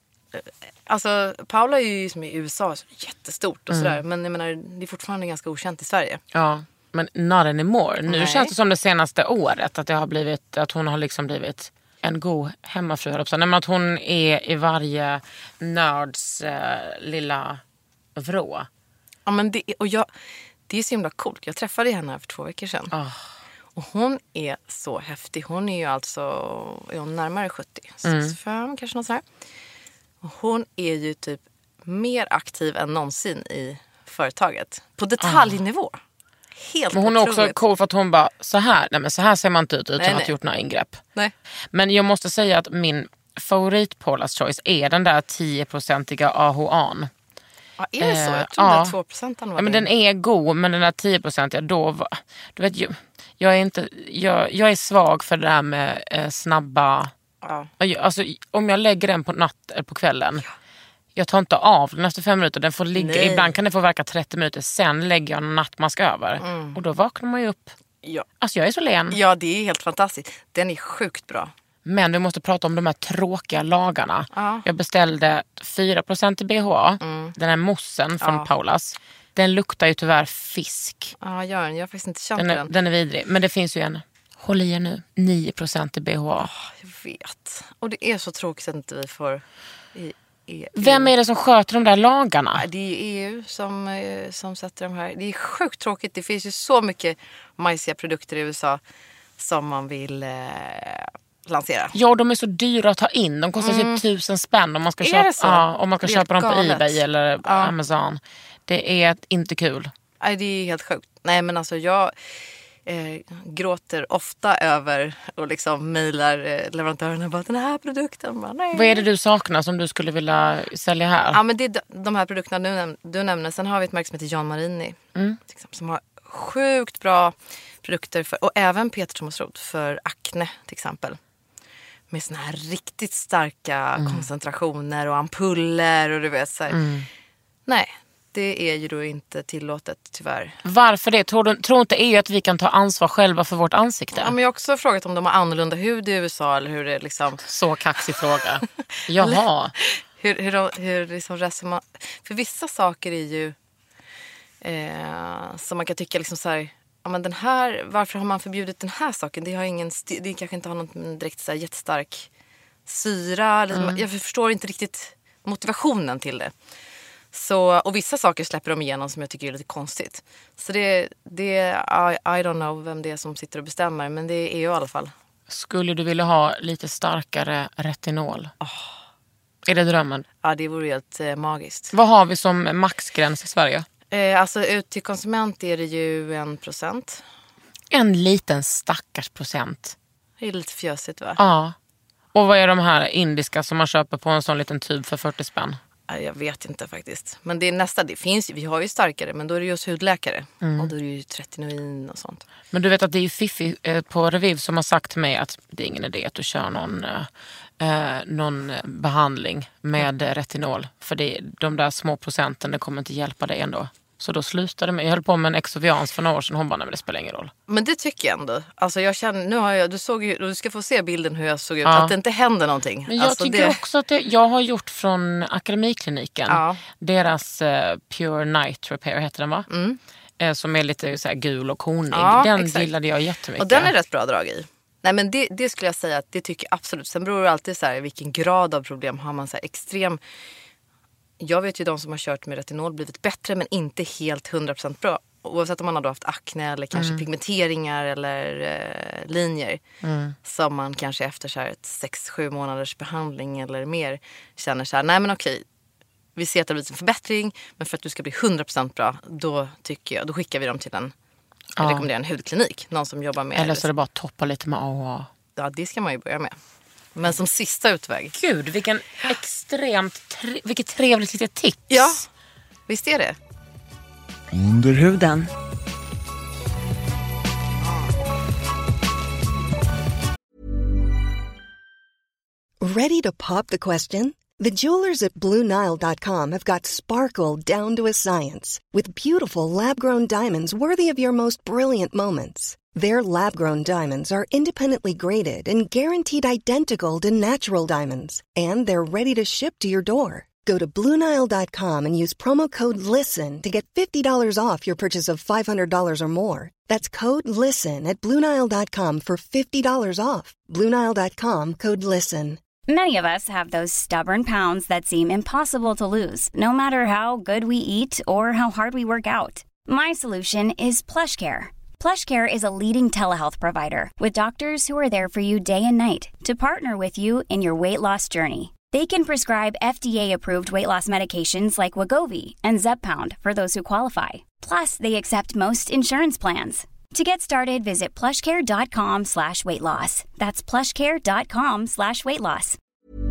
Speaker 4: alltså Paula är ju som i USA jättestort och sådär, men jag menar, det är fortfarande ganska okänt i Sverige.
Speaker 2: Ja, men not anymore. Nu känns det som det senaste året att det har blivit, att hon har liksom blivit en god hemmafru. Att hon är i varje nörds lilla vrå.
Speaker 4: Ja, men det är så himla coolt. Jag träffade henne här för 2 veckor sedan. Och hon är så häftig. Hon är ju alltså närmare 70. 65 kanske något sånt här. Och hon är ju typ mer aktiv än någonsin i företaget. På detaljnivå. Helt
Speaker 2: men hon är
Speaker 4: otroligt.
Speaker 2: också cool för att hon bara, så här ser man inte ut utan att ha gjort några ingrepp.
Speaker 4: Nej. Men
Speaker 2: jag måste säga att min favorit Paula's Choice är den där 10-procentiga AHA'n.
Speaker 4: Ja, är det så? Jag trodde att 2% var
Speaker 2: men den är god, men den där 10-procentiga du vet ju, jag är svag för det där med snabba. Alltså, om jag lägger den på kvällen. Jag tar inte av den efter 5 minuter. Den får ligga. Ibland kan det få verka 30 minuter. Sen lägger jag en nattmask över. Och då vaknar man ju upp. Ja. Alltså jag är så len.
Speaker 4: Ja, det är helt fantastiskt. Den är sjukt bra.
Speaker 2: Men vi måste prata om de här tråkiga lagarna. Jag beställde 4% i BHA. Den här mossen från Paula's. Den luktar ju tyvärr fisk.
Speaker 4: Ja, jag har faktiskt inte känt den.
Speaker 2: Den är vidrig. Men det finns ju en, håll i er nu, 9% i BHA.
Speaker 4: Jag vet. Och det är så tråkigt att inte vi får...
Speaker 2: Vem är det som sköter de där lagarna?
Speaker 4: Det är EU som sätter de här. Det är sjukt tråkigt. Det finns ju så mycket majsiga produkter i USA som man vill lansera.
Speaker 2: Ja, de är så dyra att ta in. De kostar typ 1000 spänn om man ska köpa dem på eBay eller Amazon. Det är inte kul.
Speaker 4: Nej, det är helt sjukt. Nej, men alltså jag gråter ofta över och liksom mejlar leverantörerna bara den här produkten. Bara, nej.
Speaker 2: Vad är det du saknar som du skulle vilja sälja här?
Speaker 4: Ja, men det är de här produkterna du nämner. Sen har vi ett märke som heter Jan Marini. Som har sjukt bra produkter och även Peter Thomas Roth för akne till exempel. Med såna här riktigt starka koncentrationer och ampuller och du vet så här. Nej, det är ju då inte tillåtet tyvärr.
Speaker 2: Varför det? Tror inte EU att vi kan ta ansvar själva för vårt ansikte?
Speaker 4: Ja, men jag har också frågat om de har annorlunda hud i USA eller hur det är liksom...
Speaker 2: Så kaxig fråga. Jaha.
Speaker 4: hur liksom resonerar... För vissa saker är ju som man kan tycka liksom så här... Ja, men den här, varför har man förbjudit den här saken? Det kanske inte har någon direkt så här jättestark syra. Eller, jag förstår inte riktigt motivationen till det. Så, och vissa saker släpper de igenom som jag tycker är lite konstigt. Så I don't know vem det är som sitter och bestämmer. Men det är ju i alla fall. Skulle
Speaker 2: du vilja ha lite starkare retinol? Är det drömmen?
Speaker 4: Ja, det vore helt magiskt.
Speaker 2: Vad har vi som maxgräns i Sverige?
Speaker 4: Alltså ut till konsument är det ju 1%.
Speaker 2: En liten stackars procent.
Speaker 4: Det är lite fjösigt, va?
Speaker 2: Ja. Och vad är de här indiska som man köper på en sån liten tub för 40 spänn?
Speaker 4: Jag vet inte faktiskt. Men det är det finns, vi har ju starkare, men då är det just hudläkare. Och då är det ju tretinoin och sånt.
Speaker 2: Men du vet att det är ju Fiffi på Reviv som har sagt till mig att det är ingen idé att du kör någon behandling med retinol. För de där små procenten, det kommer inte hjälpa dig ändå. Så då slutade jag höll på med en Exovians för några år sedan. Hon bara, nej men det spelar ingen roll.
Speaker 4: Men det tycker jag ändå. Alltså jag känner, du ska få se bilden hur jag såg ut. Att det inte händer någonting.
Speaker 2: Men jag tycker också att jag har gjort från Akademikliniken. Deras Pure Night Repair heter den, va? Som är lite så här gul och konig. Den gillade jag jättemycket.
Speaker 4: Och den är rätt bra drag i. Nej, men det skulle jag säga att det tycker jag absolut. Sen beror det alltid så här vilken grad av problem har man så här extrem. Jag vet ju de som har kört med retinol blivit bättre men inte helt 100% bra. Oavsett om man har då haft akne eller kanske pigmenteringar eller linjer. Som man kanske efter så här 6-7 månaders behandling eller mer känner så här, nej men okej. Vi ser att det har blivit en förbättring, men för att du ska bli 100% bra, då skickar vi dem till jag rekommenderar en hudklinik. Någon som jobbar med...
Speaker 2: Eller så är det bara toppa lite med AHA.
Speaker 4: Ja, det ska man ju börja med. Men som sista utväg.
Speaker 2: Gud, vilket trevligt litet tips.
Speaker 4: Ja, visst är det.
Speaker 5: Under huden.
Speaker 6: Ready to pop the question? The jewelers at BlueNile.com have got sparkle down to a science with beautiful lab-grown diamonds worthy of your most brilliant moments. Their lab-grown diamonds are independently graded and guaranteed identical to natural diamonds, and they're ready to ship to your door. Go to BlueNile.com and use promo code LISTEN to get $50 off your purchase of $500 or more. That's code LISTEN at BlueNile.com for $50 off. BlueNile.com, code LISTEN.
Speaker 7: Many of us have those stubborn pounds that seem impossible to lose, no matter how good we eat or how hard we work out. My solution is PlushCare. PlushCare is a leading telehealth provider with doctors who are there for you day and night to partner with you in your weight loss journey. They can prescribe FDA-approved weight loss medications like Wegovy and Zepbound for those who qualify. Plus, they accept most insurance plans. To get started, visit plushcare.com/weightloss. That's plushcare.com/weightloss.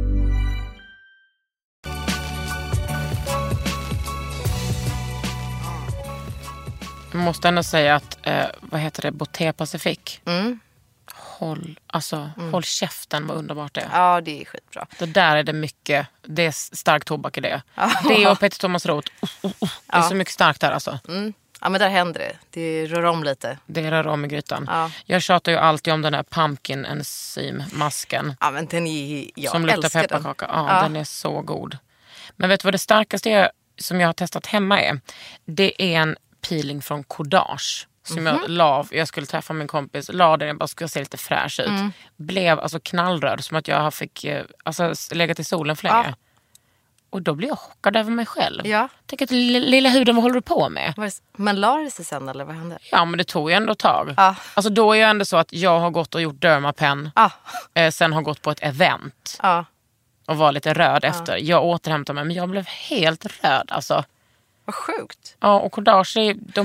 Speaker 2: Jag måste ändå säga att, Boté Pacific. Håll käften, vad underbart det är.
Speaker 4: Ja, det är skitbra.
Speaker 2: Det där är det mycket, det är stark tobak i det. Det och Peter Thomas Roth, det är så mycket starkt där alltså.
Speaker 4: Ja, men där händer det. Det rör om lite.
Speaker 2: Det rör om i grytan.
Speaker 4: Ja.
Speaker 2: Jag tjatar ju alltid om den här pumpkin enzymmasken.
Speaker 4: Ja, men den är, jag
Speaker 2: som luktar
Speaker 4: älskar
Speaker 2: pepparkaka.
Speaker 4: Den.
Speaker 2: Ja, den är så god. Men vet du vad det starkaste är som jag har testat hemma är? Det är en peeling från Kodage. Som jag skulle träffa min kompis, la den, jag bara skulle se lite fräsch ut. Blev alltså knallröd, som att jag fick legat i solen för länge. Och då blir jag chockad över mig själv.
Speaker 4: Ja.
Speaker 2: Tänk att lilla huden, vad håller du på med?
Speaker 4: Men la det sig sen eller vad hände?
Speaker 2: Ja, men det tog ju ändå ett tag.
Speaker 4: Ja.
Speaker 2: Alltså då är jag ändå så att jag har gått och gjort Dermapen. Sen har gått på ett event. Och var lite röd efter. Jag återhämtade mig, men jag blev helt röd alltså.
Speaker 4: Vad sjukt.
Speaker 2: Ja, och Kodage,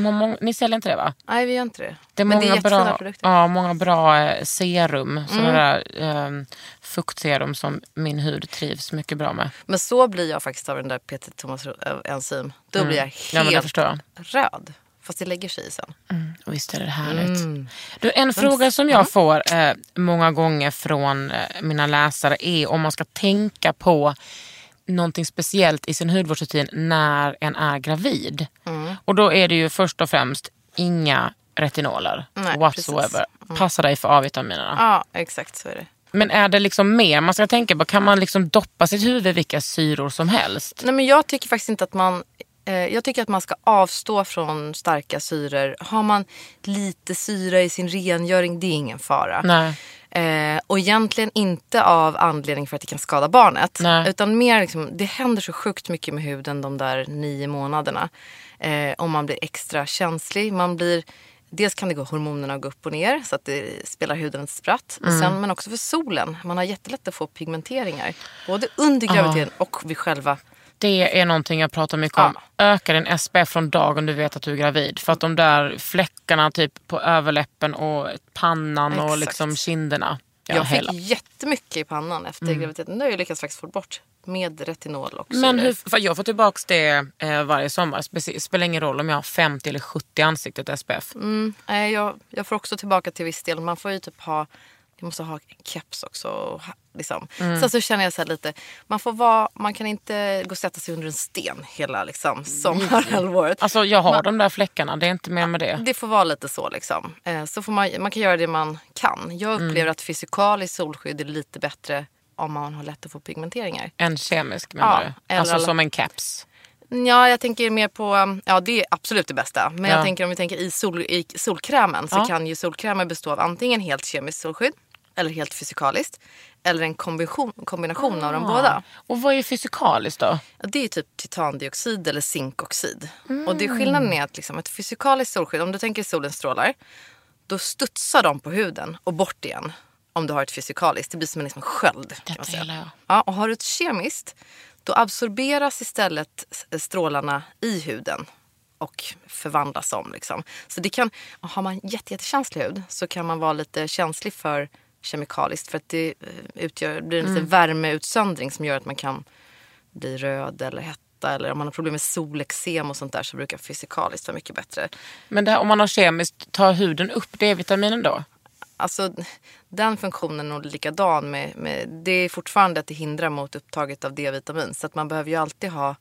Speaker 2: ni säljer inte det, va?
Speaker 4: Nej, vi gör inte det.
Speaker 2: Det är
Speaker 4: men
Speaker 2: många
Speaker 4: det är jättefina
Speaker 2: bra
Speaker 4: produkter.
Speaker 2: Ja, många bra serum. Sådana där fuktserum som min hud trivs mycket bra med.
Speaker 4: Men så blir jag faktiskt av den där Peter Thomas enzym. Då blir jag helt röd. Fast det lägger sig i sen.
Speaker 2: Och visst är det härligt. Du, en fråga som jag får många gånger från mina läsare är om man ska tänka på någonting speciellt i sin hudvårdsrutin när en är gravid. Och då är det ju först och främst inga retinoler whatsoever. Passa dig för A-vitaminerna.
Speaker 4: Ja, exakt så är det.
Speaker 2: Men är det liksom mer man ska tänka på? Kan man liksom doppa sitt huvud i vilka syror som helst?
Speaker 4: Nej, men jag tycker faktiskt inte att man... Jag tycker att man ska avstå från starka syror. Har man lite syra i sin rengöring, det är ingen fara.
Speaker 2: Nej.
Speaker 4: Och egentligen inte av anledning för att det kan skada barnet.
Speaker 2: Nej.
Speaker 4: Utan mer liksom, det händer så sjukt mycket med huden de där 9 månaderna. Om man blir extra känslig. Dels kan det gå hormonerna gå upp och ner så att det spelar huden ett spratt. Men också för solen. Man har jättelätt att få pigmenteringar. Både under graviditeten och vid själva.
Speaker 2: Det är någonting jag pratar mycket om. Öka din SPF från dagen du vet att du är gravid. För att de där fläckarna typ på överläppen och pannan och liksom kinderna.
Speaker 4: Jag fick jättemycket i pannan efter graviditeten. Nu har jag lyckats faktiskt få bort med retinol också.
Speaker 2: Men för jag får tillbaka det varje sommar. Spelar ingen roll om jag har 50 eller 70 ansiktet SPF.
Speaker 4: Jag får också tillbaka till viss del. Man får ju typ ha... Jag måste ha keps också. Liksom. Så känner jag så här lite. Man kan inte gå och sätta sig under en sten hela liksom, sommarhalvåret.
Speaker 2: Alltså jag har de där fläckarna. Det är inte mer med det.
Speaker 4: Det får vara lite så liksom. Så får man kan göra det man kan. Jag upplever att fysikaliskt solskydd är lite bättre om man har lätt att få pigmenteringar.
Speaker 2: En kemisk menar du? Alltså som en keps.
Speaker 4: Ja, jag tänker mer på... Ja, det är absolut det bästa. Men jag tänker om vi tänker i solkrämen så kan ju solkrämen bestå av antingen helt kemiskt solskydd eller helt fysikaliskt. Eller en kombination av de båda.
Speaker 2: Och vad är fysikaliskt då?
Speaker 4: Det är typ titandioxid eller zinkoxid. Och det skillnaden är att liksom, ett fysikaliskt solskydd, om du tänker solens strålar, då studsar de på huden och bort igen. Om du har ett fysikaliskt. Det blir som en sköld.
Speaker 2: Detta gillar jag.
Speaker 4: Ja, och har du ett kemiskt, då absorberas istället strålarna i huden och förvandlas om. Liksom. Så det kan, har man jättekänslig hud så kan man vara lite känslig för kemikaliskt. För att det blir en liten värmeutsöndring som gör att man kan bli röd eller hetta. Eller om man har problem med solexem och sånt där så brukar fysikaliskt vara mycket bättre.
Speaker 2: Men det här, om man har kemiskt, tar huden upp D-vitaminen då?
Speaker 4: Alltså den funktionen är nog likadan med det är fortfarande att det hindrar mot upptaget av D-vitamin. Så att man behöver ju alltid ha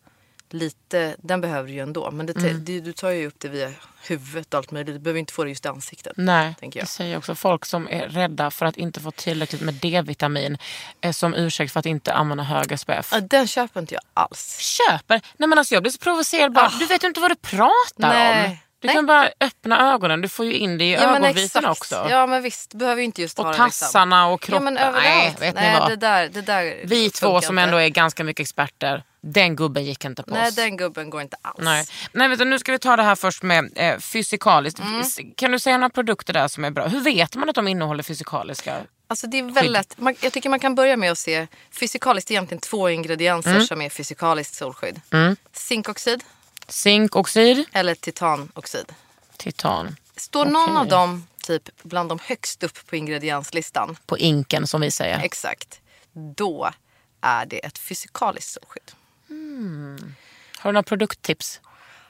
Speaker 4: lite, den behöver du ju ändå. Men du tar ju upp det via huvudet och allt möjligt. Du behöver inte få det just i ansiktet.
Speaker 2: Nej,
Speaker 4: tänker jag.
Speaker 2: Det säger också folk som är rädda för att inte få tillräckligt med D-vitamin som ursäkt för att inte använda hög SPF.
Speaker 4: Ja, den köper inte jag alls.
Speaker 2: Köper? Nej men alltså jag blir så provocerad bara. Du vet ju inte vad du pratar om. Du kan bara öppna ögonen. Du får ju in det i ögonvitan också.
Speaker 4: Ja men visst, du behöver ju inte just
Speaker 2: och
Speaker 4: ha
Speaker 2: tassarna och kroppen.
Speaker 4: Ja, men överallt.
Speaker 2: Nej, vet ni vad?
Speaker 4: Det där
Speaker 2: vi två som ändå är ganska mycket experter. Den gubben gick inte på oss.
Speaker 4: Nej, den gubben går inte alls.
Speaker 2: Nej vet du, nu ska vi ta det här först med fysikaliskt. Kan du säga några produkter där som är bra? Hur vet man att de innehåller fysikaliska?
Speaker 4: Alltså det är väldigt lätt. Jag tycker man kan börja med att se fysikaliskt, egentligen 2 ingredienser som är fysikaliskt solskydd. Zinkoxid.
Speaker 2: Zinkoxid.
Speaker 4: Eller titanoxid.
Speaker 2: Titan.
Speaker 4: Står någon av dem typ bland de högst upp på ingredienslistan?
Speaker 2: På inken som vi säger.
Speaker 4: Exakt. Då är det ett fysikaliskt solskydd.
Speaker 2: Har du några produkttips?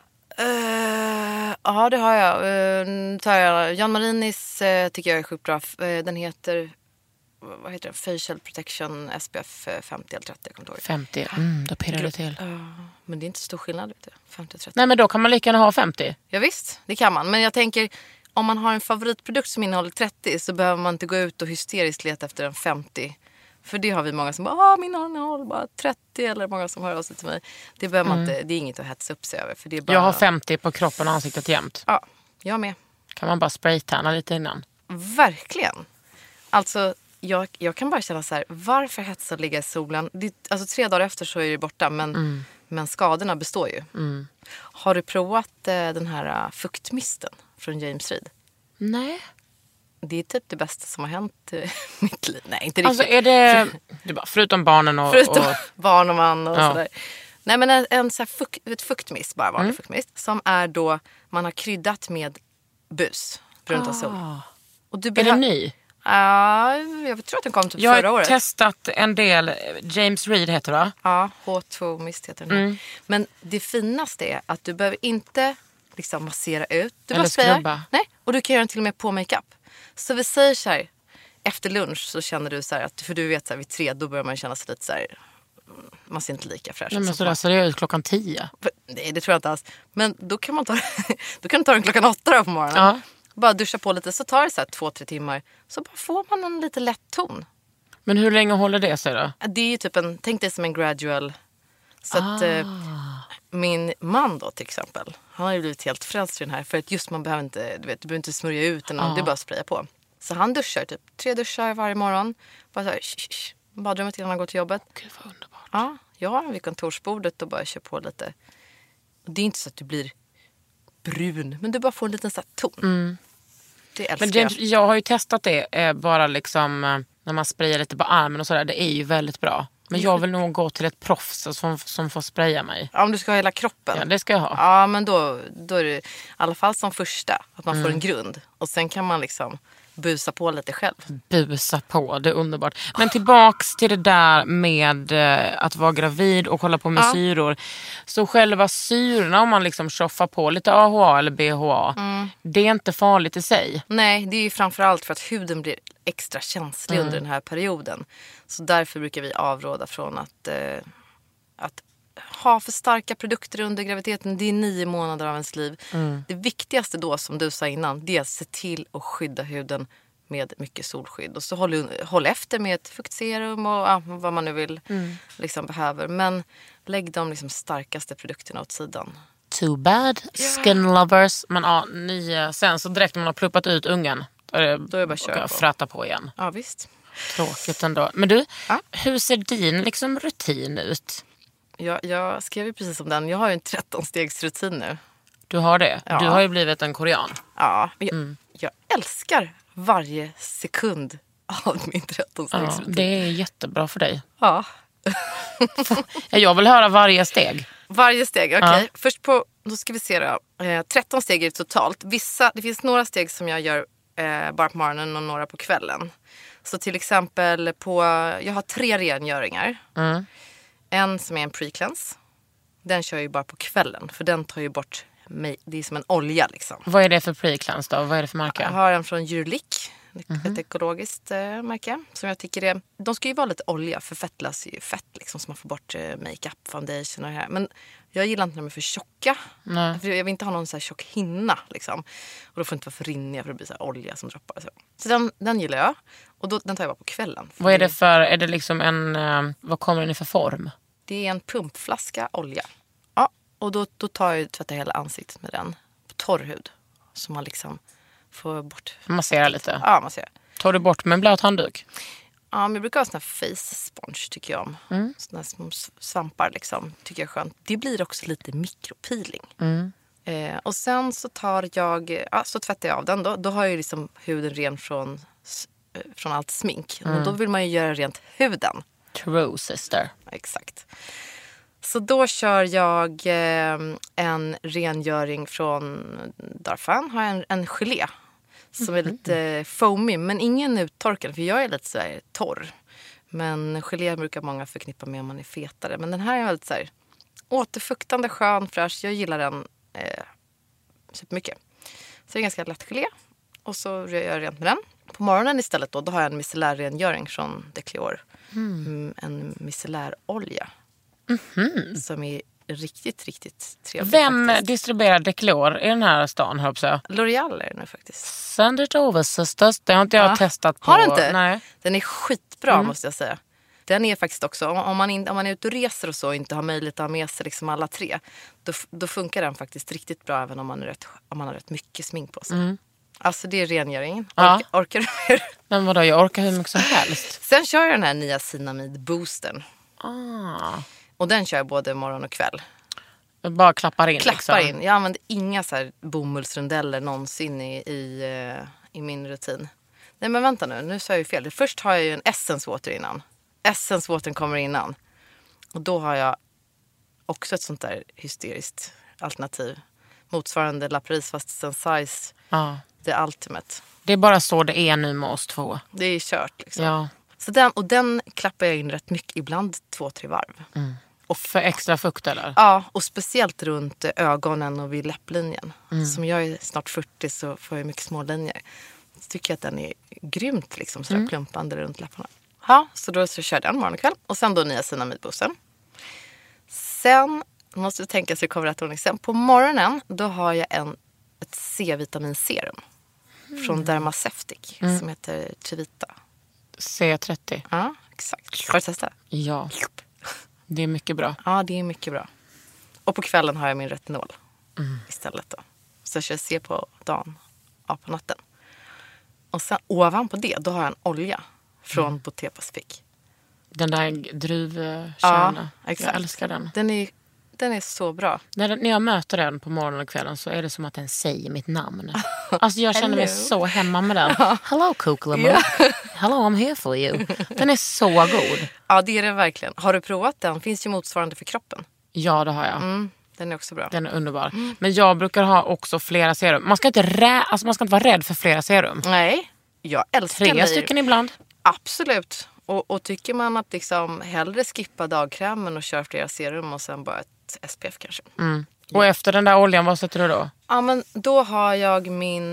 Speaker 4: Ja, det har jag. Tar jag Jan Marinis tycker jag är sjukt bra. Den heter, vad heter den? Facial Protection SPF 50 eller 30. Jag kommer inte ihåg.
Speaker 2: 50, då pirrar det till.
Speaker 4: Men det är inte så stor skillnad, vet du. 50-30.
Speaker 2: Nej, men då kan man lika gärna ha 50.
Speaker 4: Ja visst, det kan man. Men jag tänker, om man har en favoritprodukt som innehåller 30 så behöver man inte gå ut och hysteriskt leta efter en 50. För det har vi många som bara, min innehåller bara 30, eller många som hör av sig till mig. Det behöver man inte, det är inget att hetsa upp sig över. För det är bara...
Speaker 2: Jag har 50 på kroppen och ansiktet jämt.
Speaker 4: Ja, jag med.
Speaker 2: Kan man bara spraytanna lite innan?
Speaker 4: Verkligen. Alltså, jag kan bara känna så här, varför hetsa ligga i solen? Alltså 3 dagar efter så är det borta, men skadorna består ju. Har du provat den här fuktmisten från James Read?
Speaker 2: Nej.
Speaker 4: Det är typ det bästa som har hänt i mitt liv. Nej, inte riktigt.
Speaker 2: Alltså är det bara, förutom barnen och...
Speaker 4: Förutom barn och man och sådär. Nej, men en så här ett fuktmist, bara vanlig fuktmist. Som är då, man har kryddat med bus. Brunta sol. Och du
Speaker 2: är det ny?
Speaker 4: Ja, jag tror att den kom typ förra året.
Speaker 2: Jag har testat en del, James Read heter det va?
Speaker 4: Ja, H2-mist heter den här. Men det finaste är att du behöver inte liksom massera ut. Du
Speaker 2: eller skrubba.
Speaker 4: Nej, och du kan göra den till och med på makeup. Så vi säger så här, efter lunch så känner du så här, att, för du vet så här, vid 3 då börjar man känna sig lite så här, man ser inte lika fräsch.
Speaker 2: Nej, men så där ser det ut klockan 10.
Speaker 4: Nej, det tror jag inte alls. Men då kan man då kan du ta den klockan 8 då på morgonen.
Speaker 2: Ja.
Speaker 4: Bara duscha på lite, så tar det så här 2-3 timmar. Så bara får man en lite lätt ton.
Speaker 2: Men hur länge håller det sig då?
Speaker 4: Det är ju typ tänk dig som en gradual. Så att min man då till exempel, han har ju blivit helt frälst i den här. För att just man behöver inte, du behöver inte smörja ut den, det är bara att spraya på. Så han duschar typ 3 duschar varje morgon. Bara så här, badrummet innan han går till jobbet.
Speaker 2: Gud vad underbart.
Speaker 4: Ja, jag har vid kontorsbordet och bara kör på lite. Och det är inte så att du blir brun, men du bara får en liten så här ton. Det älskar
Speaker 2: men James, jag har ju testat det bara liksom när man sprayar lite på armen och sådär. Det är ju väldigt bra. Men jag vill nog gå till ett proffs som får spraya mig.
Speaker 4: Ja, om du ska ha hela kroppen.
Speaker 2: Ja, det ska jag ha.
Speaker 4: Ja, men då är det i alla fall som första. Att man får en grund. Och sen kan man liksom busa på lite själv.
Speaker 2: Busa på, det är underbart. Men tillbaks till det där med att vara gravid och hålla på med syror. Så själva syrorna, om man liksom tjoffar på lite AHA eller BHA, det är inte farligt i sig.
Speaker 4: Nej, det är ju framförallt för att huden blir extra känslig under den här perioden. Så därför brukar vi avråda från att ha för starka produkter under graviditeten. Det är 9 månader av ens liv. Det viktigaste då, som du sa innan, det är att se till att skydda huden med mycket solskydd. Och så håll efter med ett fuktserum och vad man nu vill liksom behöver. Men lägg de liksom starkaste produkterna åt sidan.
Speaker 2: Too bad, skin lovers. Men sen så direkt när man har pluppat ut ungen, då är det bara köra på. Fräta på igen.
Speaker 4: Ja, visst.
Speaker 2: Tråkigt ändå. Men du, hur ser din liksom rutin ut?
Speaker 4: Jag skrev ju precis om den. Jag har ju en 13-stegsrutin nu.
Speaker 2: Du har det?
Speaker 4: Ja.
Speaker 2: Du har ju blivit en korean.
Speaker 4: Ja, men jag älskar varje sekund av min 13-stegsrutin.
Speaker 2: Ja, det är jättebra för dig.
Speaker 4: Ja.
Speaker 2: Jag vill höra varje steg.
Speaker 4: Varje steg, okej. Först då ska vi se då. 13 steg är det totalt. Det finns några steg som jag gör bara på morgonen och några på kvällen. Så till exempel jag har 3 rengöringar. En som är en pre-cleanse. Den kör jag ju bara på kvällen. För den tar ju bort det är som en olja liksom.
Speaker 2: Vad är det för pre-cleanse då? Vad är det för märke?
Speaker 4: Jag har en från Jurlik. ett ekologiskt märke. Som jag tycker de ska ju vara lite olja, för fett löser ju fett liksom, så man får bort makeup, foundation och det här. Men jag gillar inte när de är för tjocka.
Speaker 2: Nej.
Speaker 4: För jag vill inte ha någon så här tjock hinna liksom. Och då får det inte vara för rinniga, för det blir så här olja som droppar. Så den gillar jag. Och den tar jag bara på kvällen.
Speaker 2: Vad är det för, är det liksom vad kommer den i för form?
Speaker 4: Det är en pumpflaska olja. Ja, och då tar jag tvättar hela ansiktet med den. På torr hud. Så man liksom får bort.
Speaker 2: Massera lite.
Speaker 4: Ja, masserar.
Speaker 2: Tar du bort med en blöt handduk?
Speaker 4: Ja, men jag brukar ha sån här face sponge tycker jag om. Såna här små svampar liksom. Tycker jag är skönt. Det blir också lite mikropeeling. Och sen så så tvättar jag av den då. Då har jag liksom huden ren från allt smink. Och då vill man ju göra rent huden.
Speaker 2: True sister.
Speaker 4: Exakt. Så då kör jag en rengöring från Darphin. Har jag en gelé som är lite foamy, men ingen uttorkad. För jag är lite så här torr. Men gelé brukar många förknippa med om man är fetare. Men den här är väldigt så här återfuktande, skön, fräsch. Jag gillar den supermycket. Så det är ganska lätt gelé. Och så gör jag rent med den. På morgonen istället då har jag en micellärrengöring från Decleor. En micellärolja. Som är riktigt, riktigt trevlig.
Speaker 2: Vem
Speaker 4: faktiskt.
Speaker 2: distribuerar Decleor i den här stan, höll jag på att säga?
Speaker 4: L'Oreal är det nu faktiskt.
Speaker 2: Send it over sisters. Det har inte jag testat på.
Speaker 4: Har du inte?
Speaker 2: Nej.
Speaker 4: Den är skitbra måste jag säga. Den är faktiskt också, om man är ute och reser och så och inte har möjlighet att ha med sig liksom alla tre. Då funkar den faktiskt riktigt bra även om man har rätt mycket smink på sig. Alltså det är rengöringen.
Speaker 2: Ja.
Speaker 4: Orkar du mer?
Speaker 2: Men vadå, jag orkar hur mycket som helst.
Speaker 4: Sen kör jag den här niacinamid boostern. Och den kör jag både morgon och kväll.
Speaker 2: Jag bara klappar in.
Speaker 4: Klappar
Speaker 2: liksom.
Speaker 4: in. Jag använder inga så här bomullsrundeller någonsin i min rutin. Nej men vänta nu sa jag ju fel. Först har jag ju en Essence Water innan. Essence Water kommer innan. Och då har jag också ett sånt där hysteriskt alternativ. Motsvarande La Prise fast Sensai's The Ultimate.
Speaker 2: Det är bara så det är nu med oss två.
Speaker 4: Det är kört liksom.
Speaker 2: Ja.
Speaker 4: Så den klappar jag in rätt mycket, ibland 2-3 varv.
Speaker 2: Och för extra fukt eller?
Speaker 4: Ja, och speciellt runt ögonen och vid läpplinjen. Som jag är snart 40 så får jag mycket små linjer. Så tycker jag att den är grymt liksom, sådär plumpande runt läpparna. Ja, så då så kör jag den morgon och kväll. Och sen då niacinamidboostern. Sen måste vi tänka så det kommer rätt ordning. Sen på morgonen då har jag ett C-vitaminserum. Från Dermaceutic som heter Chivita.
Speaker 2: C30.
Speaker 4: Ja, exakt. Har du testat?
Speaker 2: Ja. Det är mycket bra.
Speaker 4: Ja, det är mycket bra. Och på kvällen har jag min retinol istället då. Så jag kör C på dagen, A på natten. Och sen ovanpå det, då har jag en olja från Boté Pacific.
Speaker 2: Den där druvkärna.
Speaker 4: Ja, exakt.
Speaker 2: Jag älskar den.
Speaker 4: Den är så bra.
Speaker 2: När jag möter den på morgonen och kvällen så är det som att den säger mitt namn. Alltså jag känner mig så hemma med den. Hello Kokolamo. Hello, I'm here for you. Den är så god.
Speaker 4: Ja, det är den verkligen. Har du provat den? Finns ju motsvarande för kroppen.
Speaker 2: Ja, det har jag.
Speaker 4: Den är också bra.
Speaker 2: Den är underbar. Men jag brukar ha också flera serum. Man ska inte vara rädd för flera serum.
Speaker 4: Nej, jag älskar
Speaker 2: 3 stycken ibland.
Speaker 4: Absolut. Och tycker man att liksom hellre skippa dagkrämen och köra flera serum och sen bara ett SPF kanske.
Speaker 2: Och efter den där oljan, vad sätter du då?
Speaker 4: Ja, men då har jag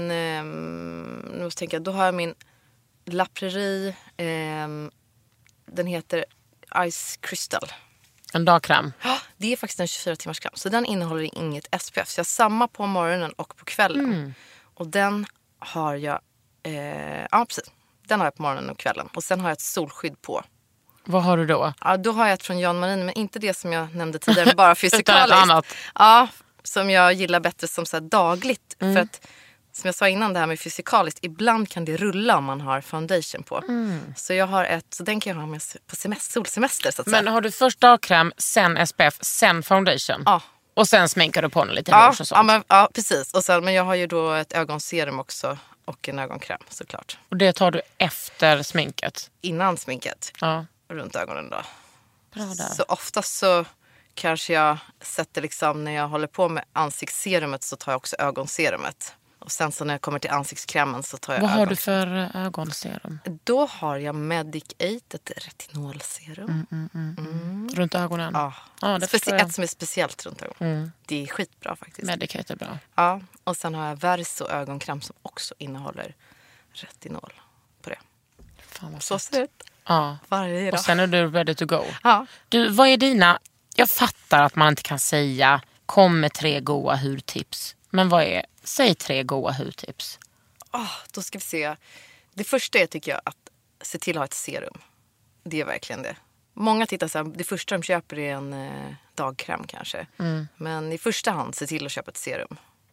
Speaker 4: då har jag min La Prairie, den heter Ice Crystal.
Speaker 2: En dagkräm.
Speaker 4: Ja, det är faktiskt en 24-timmars kräm. Så den innehåller inget SPF. Så jag har samma på morgonen och på kvällen. Och den har jag, precis. Den har jag på morgonen och kvällen. Och sen har jag ett solskydd på.
Speaker 2: Vad har du då?
Speaker 4: Ja, då har jag ett från Jan Marin, men inte det som jag nämnde tidigare, men bara fysikaliskt.
Speaker 2: Utan ett annat.
Speaker 4: Ja, som jag gillar bättre som så här dagligt. För att, som jag sa innan det här med fysikaliskt, ibland kan det rulla om man har foundation på. Så jag har så den kan jag ha med på solsemester så att säga.
Speaker 2: Men har du först dagkräm, sen SPF, sen foundation?
Speaker 4: Ja.
Speaker 2: Och sen sminkar du på den lite rouge och sånt?
Speaker 4: Ja, precis. Och sen, men jag har ju då ett ögonserum också och en ögonkräm såklart.
Speaker 2: Och det tar du efter sminket?
Speaker 4: Innan sminket.
Speaker 2: Ja.
Speaker 4: Runt ögonen då.
Speaker 2: Bra där.
Speaker 4: Så oftast så kanske jag sätter liksom, när jag håller på med ansiktsserumet så tar jag också ögonserumet. Och sen så när jag kommer till ansiktskrämen så tar jag
Speaker 2: Vad har du för ögonserum?
Speaker 4: Då har jag Medic 8, ett retinolserum.
Speaker 2: Runt ögonen?
Speaker 4: Ja,
Speaker 2: det förstår jag.
Speaker 4: ett som är speciellt runt ögonen. Det är skitbra faktiskt.
Speaker 2: Medicaid är bra.
Speaker 4: Ja, och sen har jag Verso ögonkräm som också innehåller retinol. Så ser det ut.
Speaker 2: Ja.
Speaker 4: Varje dag.
Speaker 2: Och sen är du ready to go.
Speaker 4: Ja.
Speaker 2: Du, vad är dina... Jag fattar att man inte kan säga kom med 3 goda hudtips. Men säg 3 goda hudtips.
Speaker 4: Då ska vi se. Det första är, tycker jag, att se till att ha ett serum. Det är verkligen det. Många tittar så här, det första de köper är en dagkräm kanske. Men i första hand se till att köpa ett serum.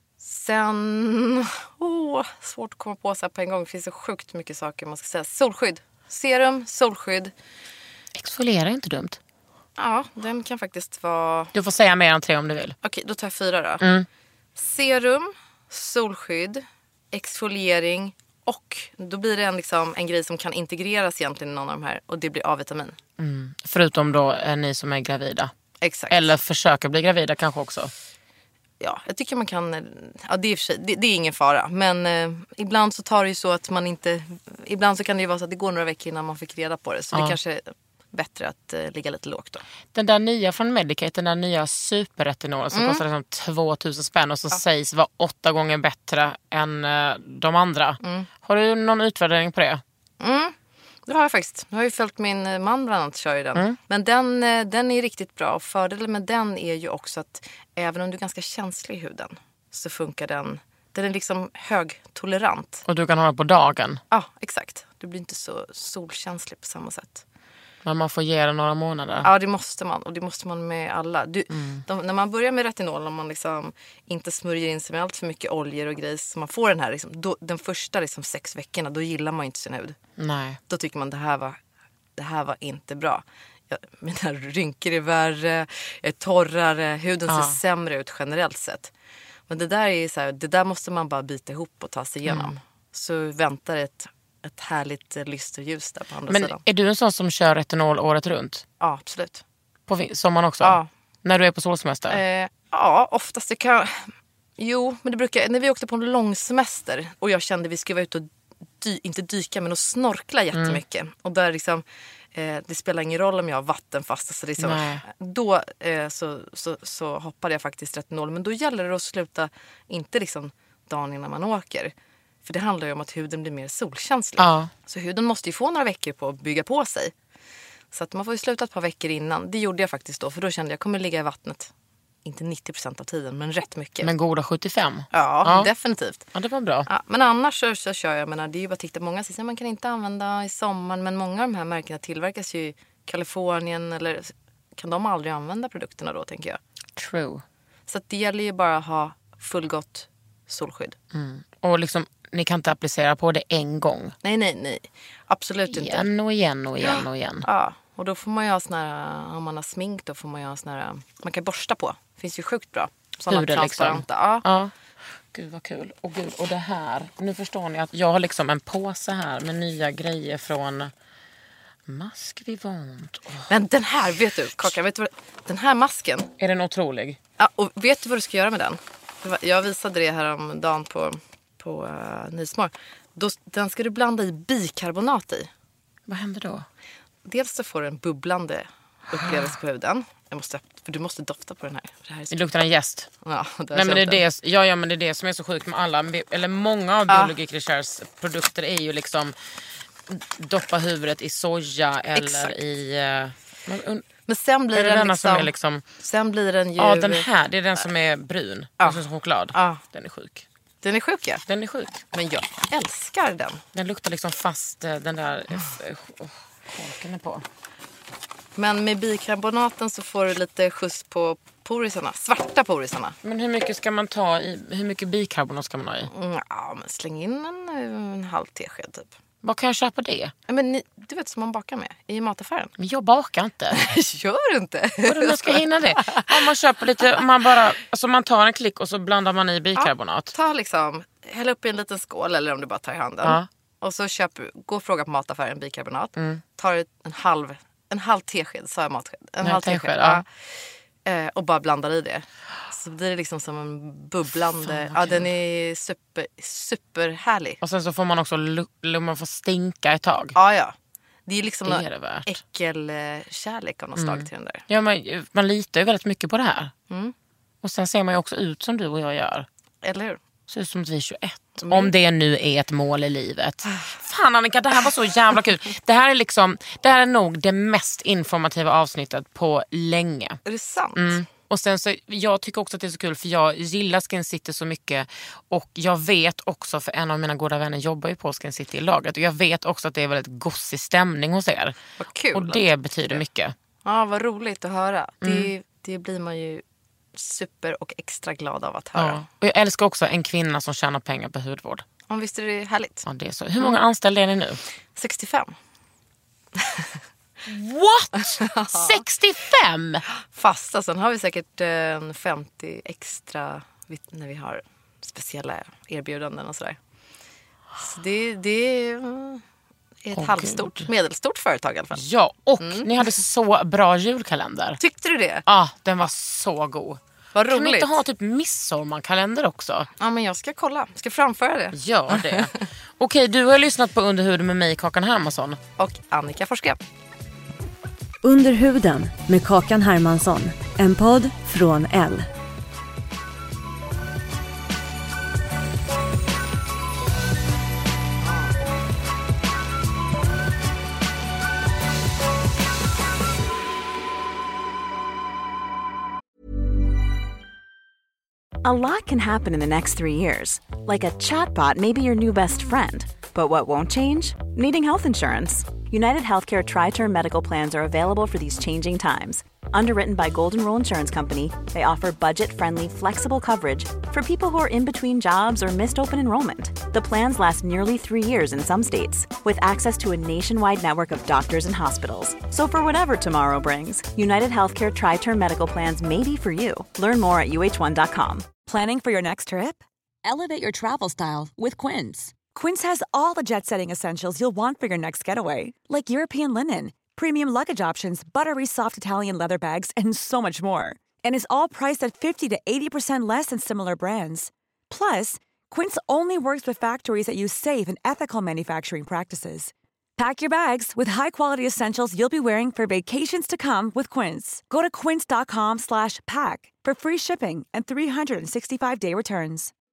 Speaker 4: Sen, svårt att komma på så här på en gång. Det finns så sjukt mycket saker man ska säga. Solskydd. Serum, solskydd.
Speaker 2: Exfoliera är inte dumt.
Speaker 4: Ja, den kan faktiskt vara...
Speaker 2: Du får säga mer än 3 om du vill.
Speaker 4: Okej, då tar jag 4 då. Serum, solskydd, exfoliering och då blir det en grej som kan integreras egentligen i någon av de här och det blir A-vitamin.
Speaker 2: Förutom då ni som är gravida.
Speaker 4: Exakt.
Speaker 2: Eller försöka bli gravida kanske också.
Speaker 4: Ja, jag tycker man kan... Ja, det är i och för sig, det är ingen fara. Men ibland så tar det ju så att man inte... Ibland så kan det ju vara så att det går några veckor innan man fick reda på det. Så det kanske är bättre att ligga lite lågt då. Den
Speaker 2: där nya från Medicate, den där nya superretinolen som kostar liksom 2000 spänn och som sägs vara 8 gånger bättre än de andra. Har du någon utvärdering på det?
Speaker 4: Det har jag faktiskt. Jag har ju följt min man bland annat kör i den. Men den är riktigt bra. Och fördelen med den är ju också att även om du är ganska känslig i huden så funkar den. Den är liksom högtolerant.
Speaker 2: Och du kan ha den på dagen?
Speaker 4: Ja, exakt. Du blir inte så solkänslig på samma sätt.
Speaker 2: Men man får ge den några månader?
Speaker 4: Ja, det måste man. Och det måste man med alla. När man börjar med retinol, om man liksom inte smörjer in sig med allt för mycket oljor och grejer, så man får den här, liksom, den första 6 veckorna, då gillar man inte sin hud.
Speaker 2: Nej.
Speaker 4: Då tycker man det här var inte bra. Mina rynkor är värre, jag är torrare, huden ser sämre ut generellt sett. Men det där är så här, det där måste man bara bita ihop och ta sig igenom. Så väntar ett härligt lysterljus där på andra sidan.
Speaker 2: Men är du en sån som kör retinol året runt?
Speaker 4: Ja, absolut.
Speaker 2: På sommaren också?
Speaker 4: Ja.
Speaker 2: När du är på solsemester?
Speaker 4: Ja, oftast det kan... Jo, men det brukar... När vi åkte på en långsemester och jag kände att vi skulle vara ute och inte dyka men att snorkla jättemycket. Och där liksom... det spelar ingen roll om jag har vattenfast. Så liksom, då så hoppade jag faktiskt retinol. Men då gäller det att sluta inte liksom dagen innan man åker. För det handlar ju om att huden blir mer solkänslig. Ja. Så huden måste ju få några veckor på att bygga på sig. Så att man får ju sluta ett par veckor innan. Det gjorde jag faktiskt då. För då kände jag kommer ligga i vattnet. Inte 90% av tiden, men rätt mycket.
Speaker 2: Men goda 75?
Speaker 4: Ja, definitivt.
Speaker 2: Ja, det var bra.
Speaker 4: Ja, men annars så kör jag, det är ju bara att titta. Många säger att man kan inte använda i sommaren. Men många av de här märkena tillverkas ju i Kalifornien. Eller kan de aldrig använda produkterna då, tänker jag.
Speaker 2: True.
Speaker 4: Så att det gäller ju bara att ha fullgott solskydd.
Speaker 2: Och liksom, ni kan inte applicera på det en gång?
Speaker 4: Nej. Absolut inte.
Speaker 2: Igen och igen.
Speaker 4: Ja, och då får man ju ha såna här, om man har smink då får man ju ha såna här, man kan borsta på. Det finns ju sjukt bra. Sådana transparenta. Liksom. Ja.
Speaker 2: Gud vad kul. Och det här, nu förstår ni att jag har liksom en påse här med nya grejer från Mask Vivant.
Speaker 4: Men den här, vet du, Kakan, vet du vad, den här masken.
Speaker 2: Är den otrolig?
Speaker 4: Ja, och vet du vad du ska göra med den? Jag visade det här om dagen på Nysmar. Den ska du blanda i bikarbonat i. Vad händer då? Dels så får du en bubblande upplevelse på huden. För du måste dofta på den här.
Speaker 2: Det luktar en jäst.
Speaker 4: Ja,
Speaker 2: nej, men det är det som är så sjukt med alla, eller många av Biologic Research produkter är ju liksom doppa huvudet i soja eller i...
Speaker 4: Men sen blir den liksom,
Speaker 2: som är liksom...
Speaker 4: Sen blir den ju...
Speaker 2: Ja, den här, det är den som är brun. Ja. Som choklad. Ja. Den är sjuk.
Speaker 4: Den är sjuk, ja.
Speaker 2: Den är sjuk.
Speaker 4: Men jag älskar den.
Speaker 2: Den luktar liksom fast den där korken är på.
Speaker 4: Men med bikarbonaten så får du lite skjuts på porisarna. Svarta porisarna.
Speaker 2: Men hur mycket ska man ta i? Hur mycket bikarbonat ska man ha i?
Speaker 4: Ja, men släng in en halv tesked typ.
Speaker 2: Vad kan jag köpa det?
Speaker 4: Men du vet som man bakar med i mataffären.
Speaker 2: Men jag bakar inte.
Speaker 4: Gör du inte?
Speaker 2: Vadå, ska jag hinna det? Om man köper lite, man tar en klick och så blandar man i bikarbonat.
Speaker 4: Ja, ta liksom, häll upp i en liten skål eller om du bara tar i handen. Ja. Och så gå och fråga på mataffären bikarbonat. Tar en halv tesked, sa jag matsked. En halv tesked, ja. Och bara blandar i det. Så blir det liksom som en bubblande... Ja, den är super härlig.
Speaker 2: Och sen så får man också man får stinka ett tag.
Speaker 4: Ja. Det är liksom någon äckelkärlek av något slag till den där.
Speaker 2: Ja, man litar ju väldigt mycket på det här. Och sen ser man ju också ut som du och jag gör.
Speaker 4: Eller hur?
Speaker 2: ser ut som att vi är 21. Om det nu är ett mål i livet. Fan Annika, det här var så jävla kul. Det här är nog det mest informativa avsnittet på länge.
Speaker 4: Är det sant?
Speaker 2: Och sen så, jag tycker också att det är så kul för jag gillar Skin City så mycket. Och jag vet också, för en av mina goda vänner jobbar ju på Skin City i laget. Och jag vet också att det är väldigt gossig stämning hos er.
Speaker 4: Vad kul.
Speaker 2: Och det betyder mycket.
Speaker 4: Ja, vad roligt att höra. Det blir man ju super och extra glad av att höra.
Speaker 2: Ja. Och jag älskar också en kvinna som tjänar pengar på hudvård.
Speaker 4: Ja, visst är det härligt.
Speaker 2: Ja, det är så. Hur många anställda är ni nu?
Speaker 4: 65.
Speaker 2: What? 65?
Speaker 4: Fasta, sen har vi säkert 50 extra när vi har speciella erbjudanden och sådär. Så det är ett halvstort, medelstort företag i alla fall.
Speaker 2: Ja, och ni hade så bra julkalender.
Speaker 4: Tyckte du det?
Speaker 2: Ja, den var så god.
Speaker 4: Vad
Speaker 2: Kan ni
Speaker 4: roligt.
Speaker 2: inte ha typ midsommarkalender också?
Speaker 4: Ja, men jag ska kolla. Ska framföra det.
Speaker 2: Gör det. Okej, du har lyssnat på Under huden med mig, Kakan Hermansson.
Speaker 4: Och Annika Forsgren.
Speaker 5: Under huden med Kakan Hermansson. En podd från L.
Speaker 3: A lot can happen in the next 3 years. Like a chatbot may be your new best friend. But what won't change? Needing health insurance. United Healthcare Tri-Term Medical Plans are available for these changing times. Underwritten by Golden Rule Insurance Company, they offer budget-friendly, flexible coverage for people who are in between jobs or missed open enrollment. The plans last nearly 3 years in some states, with access to a nationwide network of doctors and hospitals. So for whatever tomorrow brings, United Healthcare Tri-Term Medical Plans may be for you. Learn more at uh1.com.
Speaker 8: Planning for your next trip? Elevate your travel style with Quince. Quince has all the jet-setting essentials you'll want for your next getaway, like European linen, premium luggage options, buttery soft Italian leather bags, and so much more. And is all priced at 50 to 80% less than similar brands. Plus, Quince only works with factories that use safe and ethical manufacturing practices. Pack your bags with high-quality essentials you'll be wearing for vacations to come with Quince. Go to quince.com/pack for free shipping and 365-day returns.